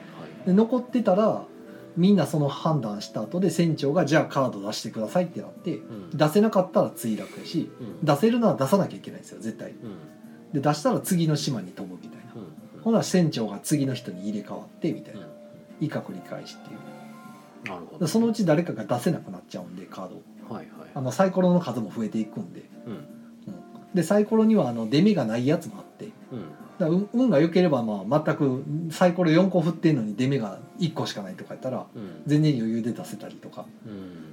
で残ってたらみんなその判断した後で船長がじゃあカード出してくださいってなって、うん、出せなかったら墜落やし、うん、出せるのは出さなきゃいけないんですよ絶対、うん、で出したら次の島に飛ぶみたいな、うんうん、 ほな船長が次の人に入れ替わってみたいな、うん、以下繰り返しっていう。なるほど、ね、そのうち誰かが出せなくなっちゃうんでカードを、はいはい、あのサイコロの数も増えていくんで、うんうん、でサイコロにはあの出目がないやつもあって、うん、だから運が良ければまあ全くサイコロよんこ振ってんのに出目がいっこしかないとかやったら、うん、全然余裕で出せたりとか、うん、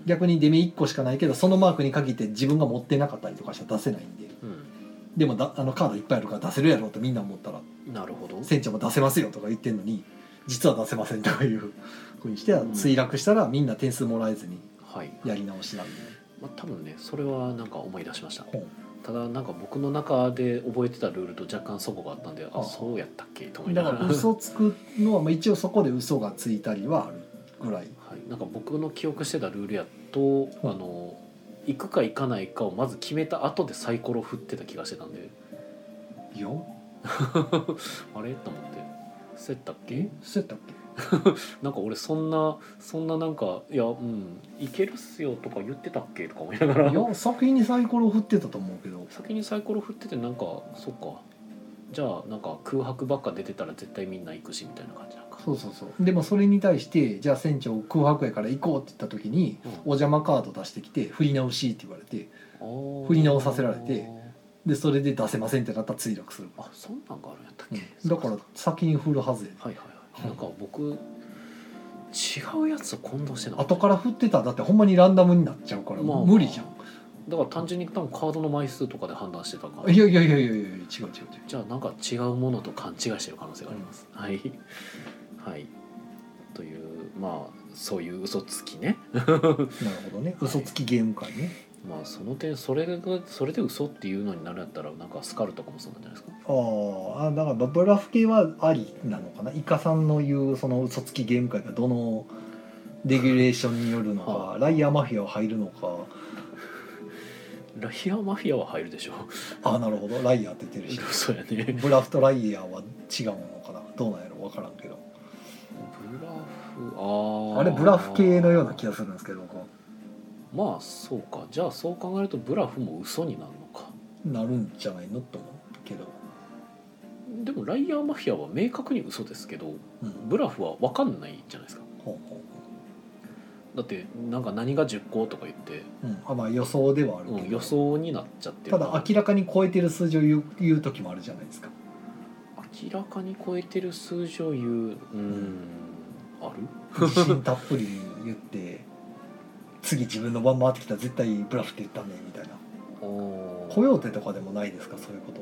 逆に出目いっこしかないけどそのマークに限って自分が持ってなかったりとかしか出せないんで、うん、でもだあのカードいっぱいあるから出せるやろってみんな思ったら、なるほど、船長も出せますよとか言ってんのに実は出せませんとかいうふうにしては墜落したらみんな点数もらえずにやり直しなんで、ね、 はい、まあ、多分ねそれはなんか思い出しました。ただなんか僕の中で覚えてたルールと若干そこがあったんで、ああそうやったっけと思いながら、 だから嘘つくのはまあ一応そこで嘘がついたりはあるぐらい、 はい、なんか僕の記憶してたルールやと、うん、あの行くか行かないかをまず決めた後でサイコロ振ってた気がしてたんで、 いやあれと思ってそうやったっけそうやったっけなんか俺そんなそんななんかいやうんいけるっすよとか言ってたっけとか思いながら、 いや先にサイコロ振ってたと思うけど、 先にサイコロ振っててなんかそっかじゃあなんか空白ばっか出てたら絶対みんな行くしみたいな感じなんか。 そうそうそう。でもそれに対してじゃあ船長空白やから行こうって言った時に、うん、お邪魔カード出してきて振り直しって言われて振り直させられて、でそれで出せませんってなったら墜落する。 あそんなんがあるんやったっけ、 うん、だから先に振るはずや。 はいはいはい。なんか僕違うやつを混同してなかった。後から振ってたらだってほんまにランダムになっちゃうから、まあ、無理じゃん。 だから単純に多分カードの枚数とかで判断してたから。 いやいやいやいやいや違う違う違う。 じゃあなんか違うものと勘違いしてる可能性があります。うん、はいはいというまあそういう嘘つきね。 なるほどね。嘘つきゲーム会ね。 まあその点それがそれで嘘っていうのになるんやったらなんかスカルとかもそうなんじゃないですか。 ああだからブラフ系はありなのかな。イカさんの言うその嘘つきゲーム会がどのレギュレーションによるのか、はあ、ライアーマフィアは入るのか。 ライアーマフィアは入るでしょ。 ああなるほどライアーって言ってるし。 そうやね。 ブラフとライアーは違うのかな。どうなんやろ分からんけど。 ブラフああれブラフ系のような気がするんですけど。 まあそうかじゃあそう考えるとブラフも嘘になるのかなるんじゃないのと思うけど、 でもライアーマフィアは明確に嘘ですけど、うん、ブラフは分かんないじゃないですか。ほうほうだってなんか何がじゅっことか言って、 うん、あまあ予想ではあるけど、 うん、予想になっちゃってるただ明らかに超えてる数字を言う、言う時もあるじゃないですか。 明らかに超えてる数字を言ううん、うん、ある自信たっぷり言って次自分の番回ってきたら絶対ブラフって言ったねみたいな。コヨーテとかでもないですかそういうこと。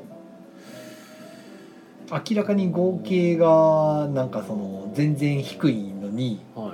明らかに合計がなんかその全然低いのに、はい、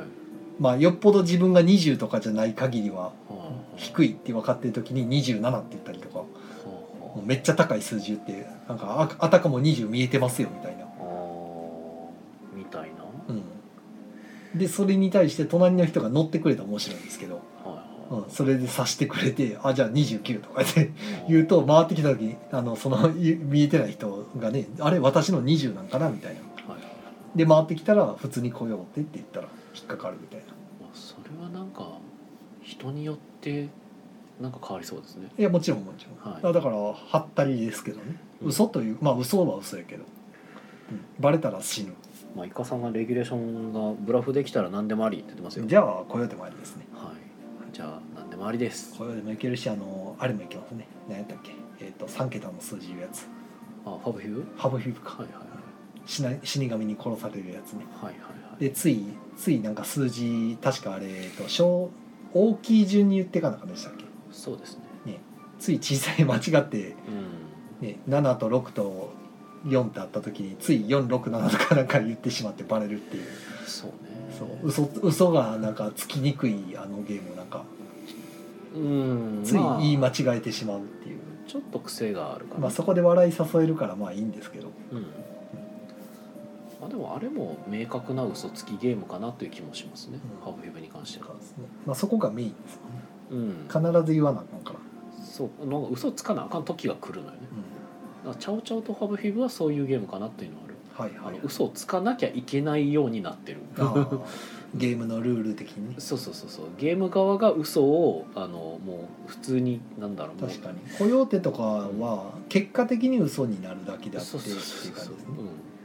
まあよっぽど自分がにじゅうとかじゃない限りは低いって分かってる時ににじゅうななって言ったりとか、もうめっちゃ高い数字言ってなんか あ, あたかもにじゅう見えてますよみたいな。 みたいな。 うん。でそれに対して隣の人が乗ってくれたら面白いんですけど。うん、それで察してくれてあじゃあにじゅうきゅうとかって言うと回ってきた時にあのその見えてない人がねあれ私のにじゅうなんかなみたいな、はい、で回ってきたら普通に来ようってって言ったら引っかかるみたいな。 それはなんか人によってなんか変わりそうですね。 いやもちろんもちろん、はい、だからはったりですけどね、うん、嘘というまあ嘘は嘘やけど、うん、バレたら死ぬ。 まあイカさんがレギュレーションがブラフできたら何でもありって言ってますよ。 じゃあコヨーテもありですね。 はいじゃあ何でもありです。 これでもいけるしあのあれもいけますね。何やったっけえっ、ー、とさん桁の数字いうやつ。 あファブフィブ？ ファブフィブか。はいはいはい。死な死神に殺されるやつね。はいはいはい。でついついなんか数字確かあれえっと小大きい順に言っていかなかったでしたっけ。 そうですね。ねつい小さい間違って、うんね、ななとろくとよんってあった時についよんろくななとかなんか言ってしまってバレるっていう。 そうね。 そう嘘嘘がなんかつきにくいあのゲームなんかうんつい言い間違えてしまうっていう、まあ、ちょっと癖があるから、 まあ、そこで笑い誘えるからまあいいんですけど、うんうん、 まあ、でもあれも明確な嘘つきゲームかなという気もしますね、うん、ハブフィブに関しては、ねまあ、そこがメインですもんね、うん、必ず言わなあかんからそうなんか嘘つかなあかん時が来るのよね、うん、だからチャオチャオとハブフィブはそういうゲームかなっていうのはある。はいはいはい、あの嘘をつかなきゃいけないようになってるゲームのルール的にね。 そうそうそうそうゲーム側が嘘をあのもう普通になんだろう確かにコヨーテとかは結果的に嘘になるだけであってっていう感じですね。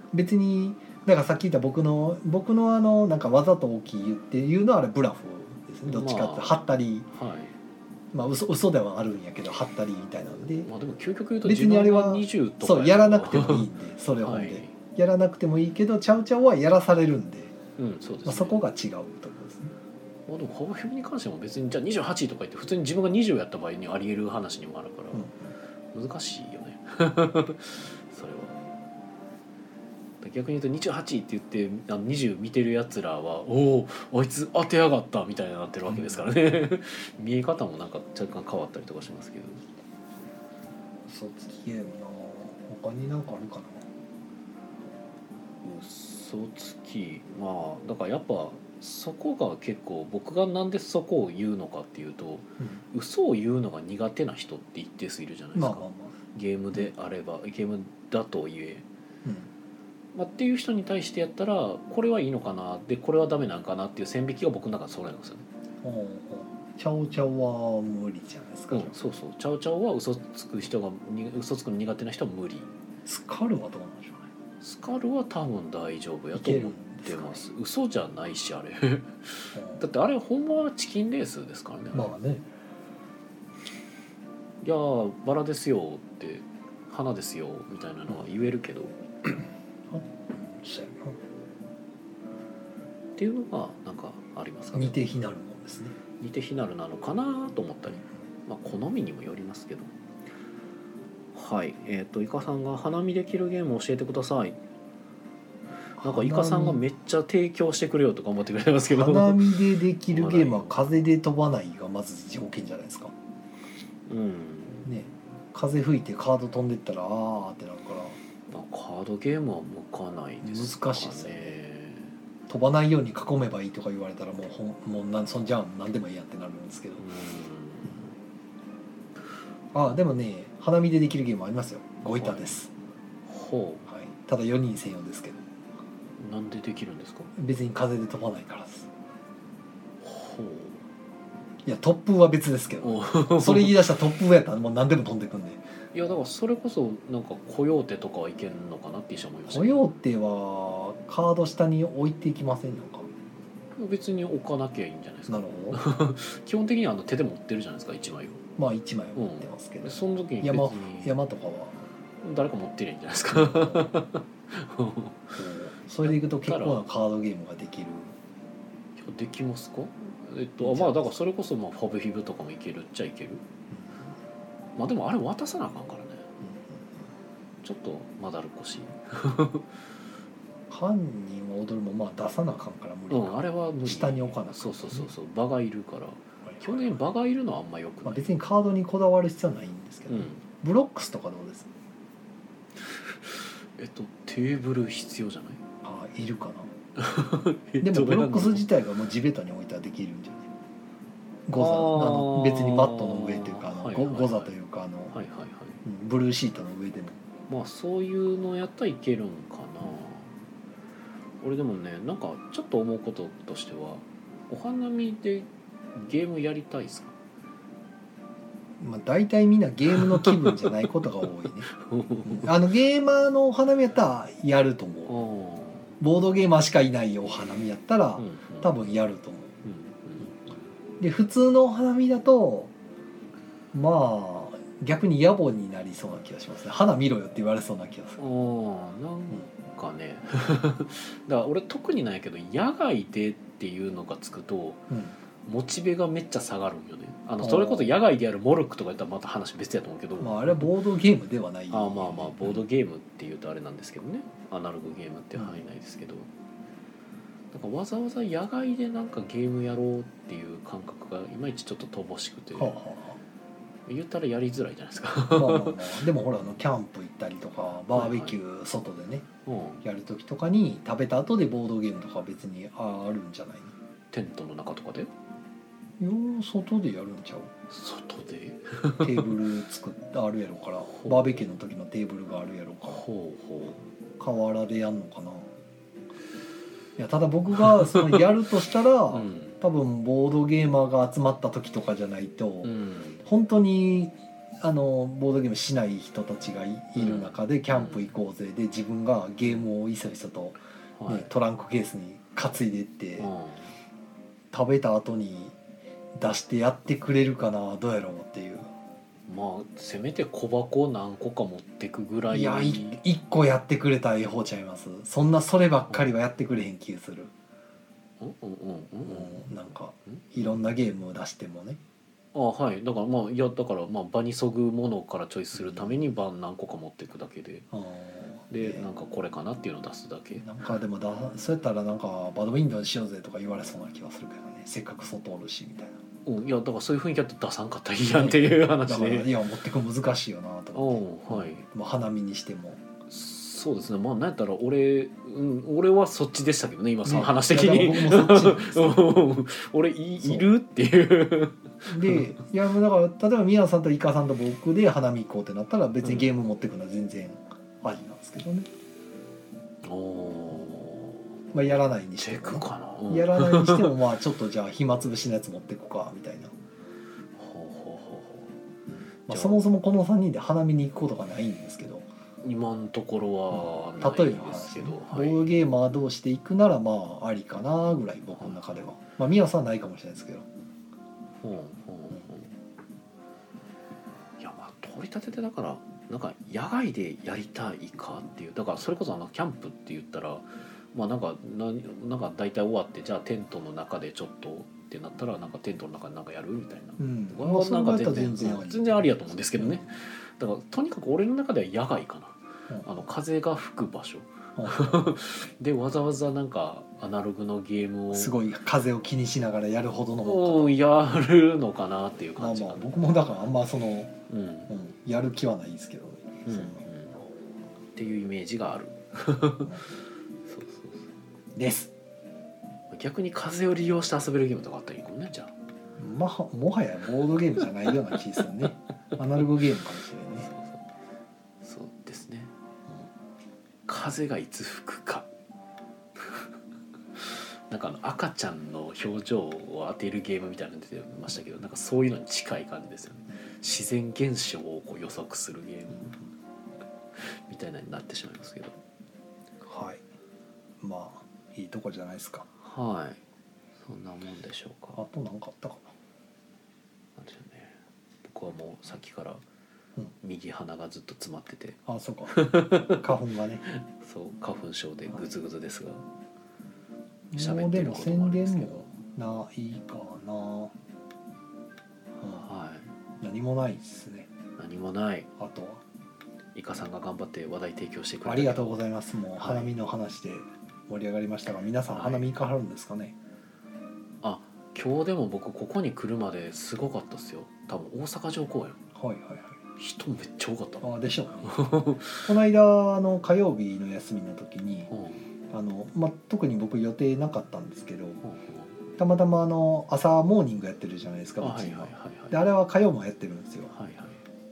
別にだからさっき言った僕の僕のあのなんかわざと大きいっていうのはあれブラフですね。どっちかっていうとはったり、 はい、 まあ嘘嘘ではあるんやけどはったりみたいなので、 まあでも究極言うと別にあれはにじゅうとかそうやらなくてもいいんでそれ本で、はい、やらなくてもいいけどチャウチャウはやらされるんで、 うんそうですね、 まあ、そこが違うところですね。 まあ、でもハブヘブに関しても別にじゃあにじゅうはちとか言って普通に自分がにじゅうやった場合にありえる話にもあるから、うん、難しいよねそれは。逆に言うとにじゅうはちって言ってあのにじゅう見てるやつらはおおあいつ当てやがったみたいになってるわけですからね、うん、見え方もなんか若干変わったりとかしますけど。 嘘つきゲームな他に何かあるかな。 嘘つきまあだからやっぱそこが結構僕がなんでそこを言うのかっていうと、うん、嘘を言うのが苦手な人って一定数いるじゃないですか、まあまあまあ、ゲームであればゲームだと言え、うんまあ、っていう人に対してやったらこれはいいのかなでこれはダメなんかなっていう線引きが僕の中でそれなんですよね。 おうおうチャオチャオは無理じゃないですか、 うん、そうそうチャオチャオは嘘つく人が嘘つくの苦手な人は無理。 スカルはどうなんでしょうね。 スカルは多分大丈夫やと思ってます。嘘じゃないしあれだってあれほんまはチキンレースですからね。 まあね。 いやバラですよって花ですよみたいなのは言えるけど、うんっていうのがなんかありますかね。 似て非なるもんですね。 似て非なるなのかなと思ったり、まあ好みにもよりますけど。はいえっとイカさんが花見できるゲームを教えてください。なんかイカさんがめっちゃ提供してくれよとか思ってくれてますけど、 花見でできるゲームは風で飛ばないがまず条件じゃないですか。うんね、風吹いてカード飛んでったらあーってなるから。 カードゲームは向かないですかね。 難しいですね。飛ばないように囲めばいいとか言われたらもうほんもうなんそんじゃん何でもいいやってなるんですけど。あでもね花見でできるゲームありますよ。ゴイタです。 ほう、 はい、ただよにん専用ですけど。 なんでできるんですか。 別に風で飛ばないからです。 ほういや突風は別ですけどそれ言い出したら突風やったらもう何でも飛んでくんで。 いやだからそれこそなんかコヨーテとかはいけるのかなって一瞬思いました。 コヨーテはカード下に置いていきませんのか。 別に置かなきゃいいんじゃないですか。 なるほど基本的にはあの手で持ってるじゃないですかいちまいを。 まあいちまい持ってますけど、うん、 その時に別に山, 山とかは誰か持ってるんじゃないですかそれでいくと結構なカードゲームができる。 できますか。えっとまあだからそれこそまあファブヒブとかもいけるっちゃいける、うん、まあでもあれ渡さなあかんからね、うん、ちょっとまだるっこしい犯人は踊るもまあ出さなあかんから無理、 うん、あれは無理。 下に置かなかった、ね、 そうそうそうそう場がいるから基本的に場がいるのはあんまよくない、まあ、 別にカードにこだわる必要はないんですけど、うん、ブロックスとかどうですえっとテーブル必要じゃない。 あいるかなでもブロックス自体がもう地べたに置いたらできるんじゃない。ゴザあの別にマットの上というかあの、はいはいはい、ゴザというかあの、はいはいはいうん、ブルーシートの上でもまあそういうのやったらいけるんかな。俺でもねなんかちょっと思うこととしてはお花見でゲームやりたいですか。 まあ大体みんなゲームの気分じゃないことが多いねあのゲーマーのお花見やったらやると思う。ボードゲーマーしかいないお花見やったら、うんうん、多分やると思う、うんうん、で普通のお花見だとまあ逆に野暮になりそうな気がしますね。花見ろよって言われそうな気がする。 あなんかね、うん、だから俺特にないけど野外でっていうのがつくと、うん、モチベがめっちゃ下がるんよね。あのそれこそ野外でやるモルックとかやったらまた話別やと思うけど、 まあ、あれはボードゲームではない、ね、 あまあまあボードゲームっていうとあれなんですけどね、アナログゲームっていう範囲内ですけど、うん、なんかわざわざ野外でなんかゲームやろうっていう感覚がいまいちちょっと乏しくて、はあはあ、言ったらやりづらいじゃないですかまあまあ、まあ、でもほらあのキャンプ行ったりとかバーベキュー外でね、はいはい、やる時とかに食べた後でボードゲームとか別にあるんじゃないの。 テントの中とかでいや外でやるんちゃう。 外でテーブル作ってあるやろからバーベキューの時のテーブルがあるやろからほうほう河原でやんのかな。いやただ僕がそのやるとしたら、うん、多分ボードゲーマーが集まった時とかじゃないと、うん、本当にあのボードゲームしない人たちが い, いる中でキャンプ行こうぜで自分がゲームをいそいそと、ね、はい、トランクケースに担いでって、うん、食べた後に出してやってくれるかなどうやろうっていう。 まあせめて小箱何個か持ってくぐらい。 いやいいっこやってくれたらええ方ちゃいます。そんなそればっかりはやってくれへん気がする。 うんうんうんうん、 うん、なんかいろんなゲームを出してもね。 ああはい、だからまあいやだからまあ場にそぐものからチョイスするために場何個か持っていくだけで、うん、で、えー、なんかこれかなっていうのを出すだけ。 なんかでもだそうやったらなんかバドミントンしようぜとか言われそうな気がするけどね。せっかく外おるしみたいな。 うん、いやだからそういう雰囲気だと出さんかったらいいやんっていう話で、 ね、いや持ってく難しいよなと思って、 はい、 まあ、花見にしてもそうですね。まあ何やったら俺、うん、俺はそっちでしたけどね今その話的に、ね、俺 い, いるっていうでいやだから例えば宮さんとイカさんと僕で花見行こうってなったら別にゲーム持ってくのは全然ありなんですけどね、うん、おまあやらないにしても、ね、 チェックかな、うん、 やらないにしてもまあちょっとじゃあ暇つぶしのやつ持ってこかみたいなまあ、そもそもこのさんにんで花見に行くことがないんですけど今のところはないですけど、ボードゲーマー同士で行くならまあありかなぐらい僕の中では、まあ宮さんはないかもしれないですけど、 うんうんうん、いやまあ取り立ててだからなんか野外でやりたいかっていうだからそれこそあのキャンプって言ったらまあなんかななんか大体終わってじゃあテントの中でちょっとってなったらなんかテントの中でなんかやるみたいな、うん、まあ、なんか全然全然、全然ありやと思うんですけどね、だからとにかく俺の中では野外かな、うん、あの風が吹く場所、うん、でわざわざなんかアナログのゲームをすごい風を気にしながらやるほどのもんやるのかなっていう感じ、 まあまあ僕もだからあんまその、うんうん、やる気はないですけど、ね、 うんうん、っていうイメージがあるそうそうそうです逆に風を利用して遊べるゲームとかあったらいいかもねじゃあ、 まあ、もはやボードゲームじゃないような気がするねアナログゲームかもしれないねそうそうそうですね、うん、風がいつ吹くかなんかあの赤ちゃんの表情を当てるゲームみたいなの出てましたけどなんかそういうのに近い感じですよね。自然現象をこう予測するゲームみたいなになってしまいますけど、 はいまあいいとこじゃないですか。 はいそんなもんでしょうか。 あと何かあったかな。 なんでしょうね、僕はもうさっきから右鼻がずっと詰まってて、 うん、あそうか花粉がねそう花粉症でグズグズですが、 喋ってることもあるんですけどないかな、うん、はい、何もないですね。 何もない。 あとはイカさんが頑張って話題提供してくれた。 ありがとうございます。もう花見の話で盛り上がりましたが、はい、皆さん花見行かはるんですかね。 あ今日でも僕ここに来るまですごかったですよ。多分大阪城公園、 はいはいはい、 人めっちゃ多かった。 あでしょう、ね、この間あの火曜日の休みの時に、うんあのま、特に僕予定なかったんですけど、うん、たまたまあの朝モーニングやってるじゃないですか、うちは。であれは火曜もやってるんですよ、はいはい、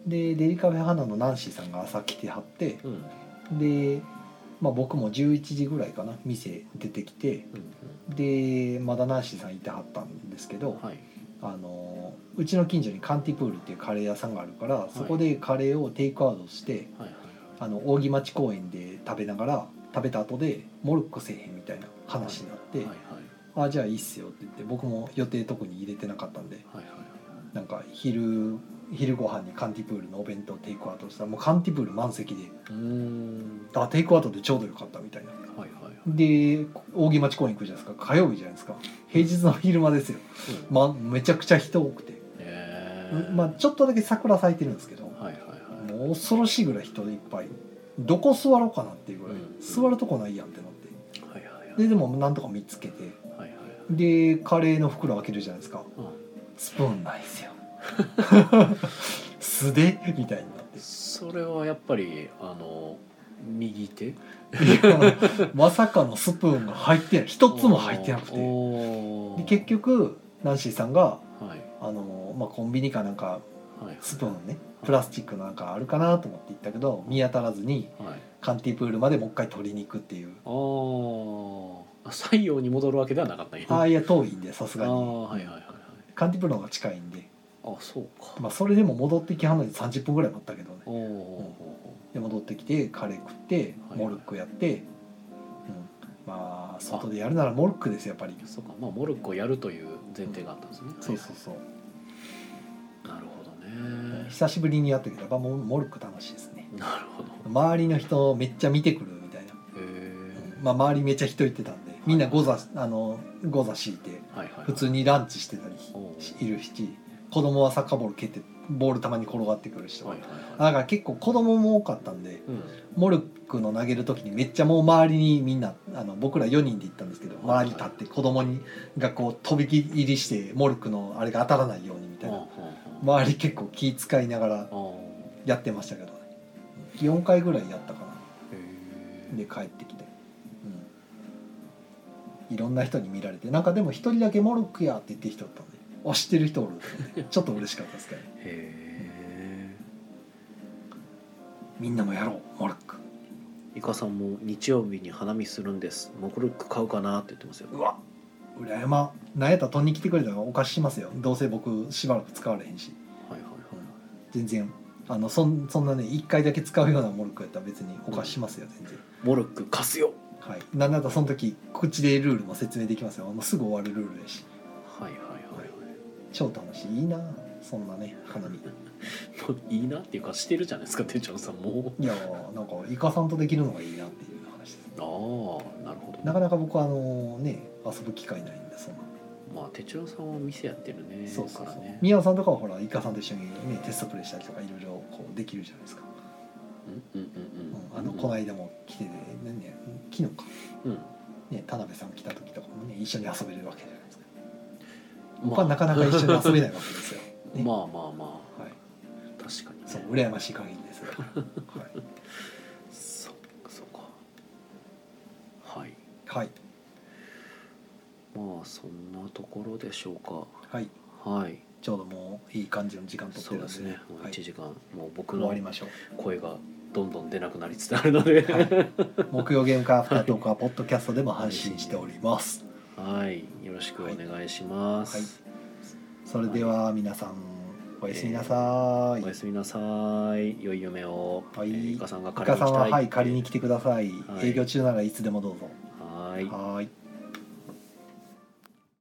でデリカフェ花のナンシーさんが朝来てはって、うん、で、まあ、僕もじゅういちじぐらいかな店出てきて、うん、でまだナンシーさんいてはったんですけど、はい、あのうちの近所にカンティプールっていうカレー屋さんがあるから、はい、そこでカレーをテイクアウトして、はいはいはい、あの扇町公園で食べながら食べた後でモルックせえへんみたいな話になって、はいはいはい、あじゃあいいっすよって言って僕も予定特に入れてなかったんで、はいはいはい、なんか昼昼ご飯にカンティプールのお弁当テイクアウトしたらもうカンティプール満席で、うーんあテイクアウトでちょうどよかったみたいな、はいはいはい、で扇町公園行くじゃないですか。火曜日じゃないですか。平日の昼間ですよ、うんまあ、めちゃくちゃ人多くて、まあ、ちょっとだけ桜咲いてるんですけど、はいはいはい、もう恐ろしいぐらい人でいっぱい。どこ座ろうかなっていうぐらい、うん、座るとこないやんってなって、はいはいはい、ででもなんとか見つけて、はいはいはい、でカレーの袋開けるじゃないですか、うん、スプーンないですよ素手みたいになって。 それはやっぱりあの右手まさかのスプーンが入ってない一つも入ってなくて、で結局ナンシーさんが、はい、あのまあ、コンビニかなんかスプーンね、プラスチックなんかあるかなと思って行ったけど見当たらずに、はい、カンティプールまでもう一回取りに行くっていう。 ああ西洋に戻るわけではなかったんや。 あいや遠いんでさすがに、はいはいはいはい、カンティプールの方が近いんで、 あそうか、 まあ、それでも戻ってきはんのにさんじゅっぷんぐらい待ったけどね。 おお、 うん、で戻ってきてカレー食ってモルックやって、はいはい、うん、まあ外でやるならモルックですよやっぱり。 そうか、まあモルックをやるという前提があったんですね、うん、 そうそうそう、 なるほどね。 久しぶりにやったけどやっぱモモルック楽しいですね。 なるほど。 周りの人めっちゃ見てくるみたいな。へえ、まあ周りめっちゃ人いってたんでみんなゴザ、はい、あのゴザ敷いて普通にランチしてたりいるし、子供はサッカーボール蹴ってボールたまに転がってくる人、はいはいはい、だから結構子供も多かったんで、うん、モルックの投げる時にめっちゃもう周りにみんなあの僕らよにんで行ったんですけど、周りに立って子供にがこう飛び入りしてモルックのあれが当たらないようにみたいな、周り結構気遣いながらやってましたけどね。よんかいぐらいやったかな。で帰ってきて、うん、いろんな人に見られて、なんかでも一人だけモルックやって言ってる人だったんで、あ知ってる人おるってちょっと嬉しかったですけど、ね、へー、みんなもやろうモルック。 イカさんも日曜日に花見するんです、モルック買うかなって言ってますよ。 うわ羨ま、なんやったら取りに来てくれたらお貸ししますよ、どうせ僕しばらく使われへんし。はいはいはい、うん、全然あの そ, そんなねいっかいだけ使うようなモルックやったら別にお貸ししますよ、全然。 モルック貸すよ。 はい、なんだったらその時口でルールも説明できますよ、もうすぐ終わるルールやし。はいはいはいはい、超楽しい。いいなそんなね花見いいなっていうかしてるじゃないですか店長さんも。 いやなんかイカさんとできるのがいいなっていう話です。ああなるほど、ね、 なかなか僕はあのね遊ぶ機会ないんでそんな。 まあ哲郎さんは店やってるね。 そうそうそう、 ね、 宮尾さんとかはほらイカさんと一緒に、ね、テストプレイしたりとかいろいろこうできるじゃないですか。うんうんうんうん、あのこの間も来てて、ね、昨日か、うんね、田辺さん来た時とかもね一緒に遊べるわけじゃないですか。僕はなかなか一緒に遊べないわけですよ、ね、 まあまあまあ、はい、確かに、ね、 そう羨ましい限りですが、はい、 そっかそっか、はいはいまあそんなところでしょうか。 はいはい、 ちょうどもういい感じの時間とってるので、 そうですね、もういちじかん、はい、もう僕の終わりましょう。 声がどんどん出なくなりつつあるので、はい、 木曜ゲームカーアフタートークはポッドキャストでも配信しております。 はい、よろしくお願いします。はいはい、 それでは皆さん、おやすみなさい、 えー、おやすみなさい。良い夢を。はい、えー、イカさんが借りに来たい。 イカさんははい借りに来てください。はい、営業中ならいつでもどうぞ。 はい。はい。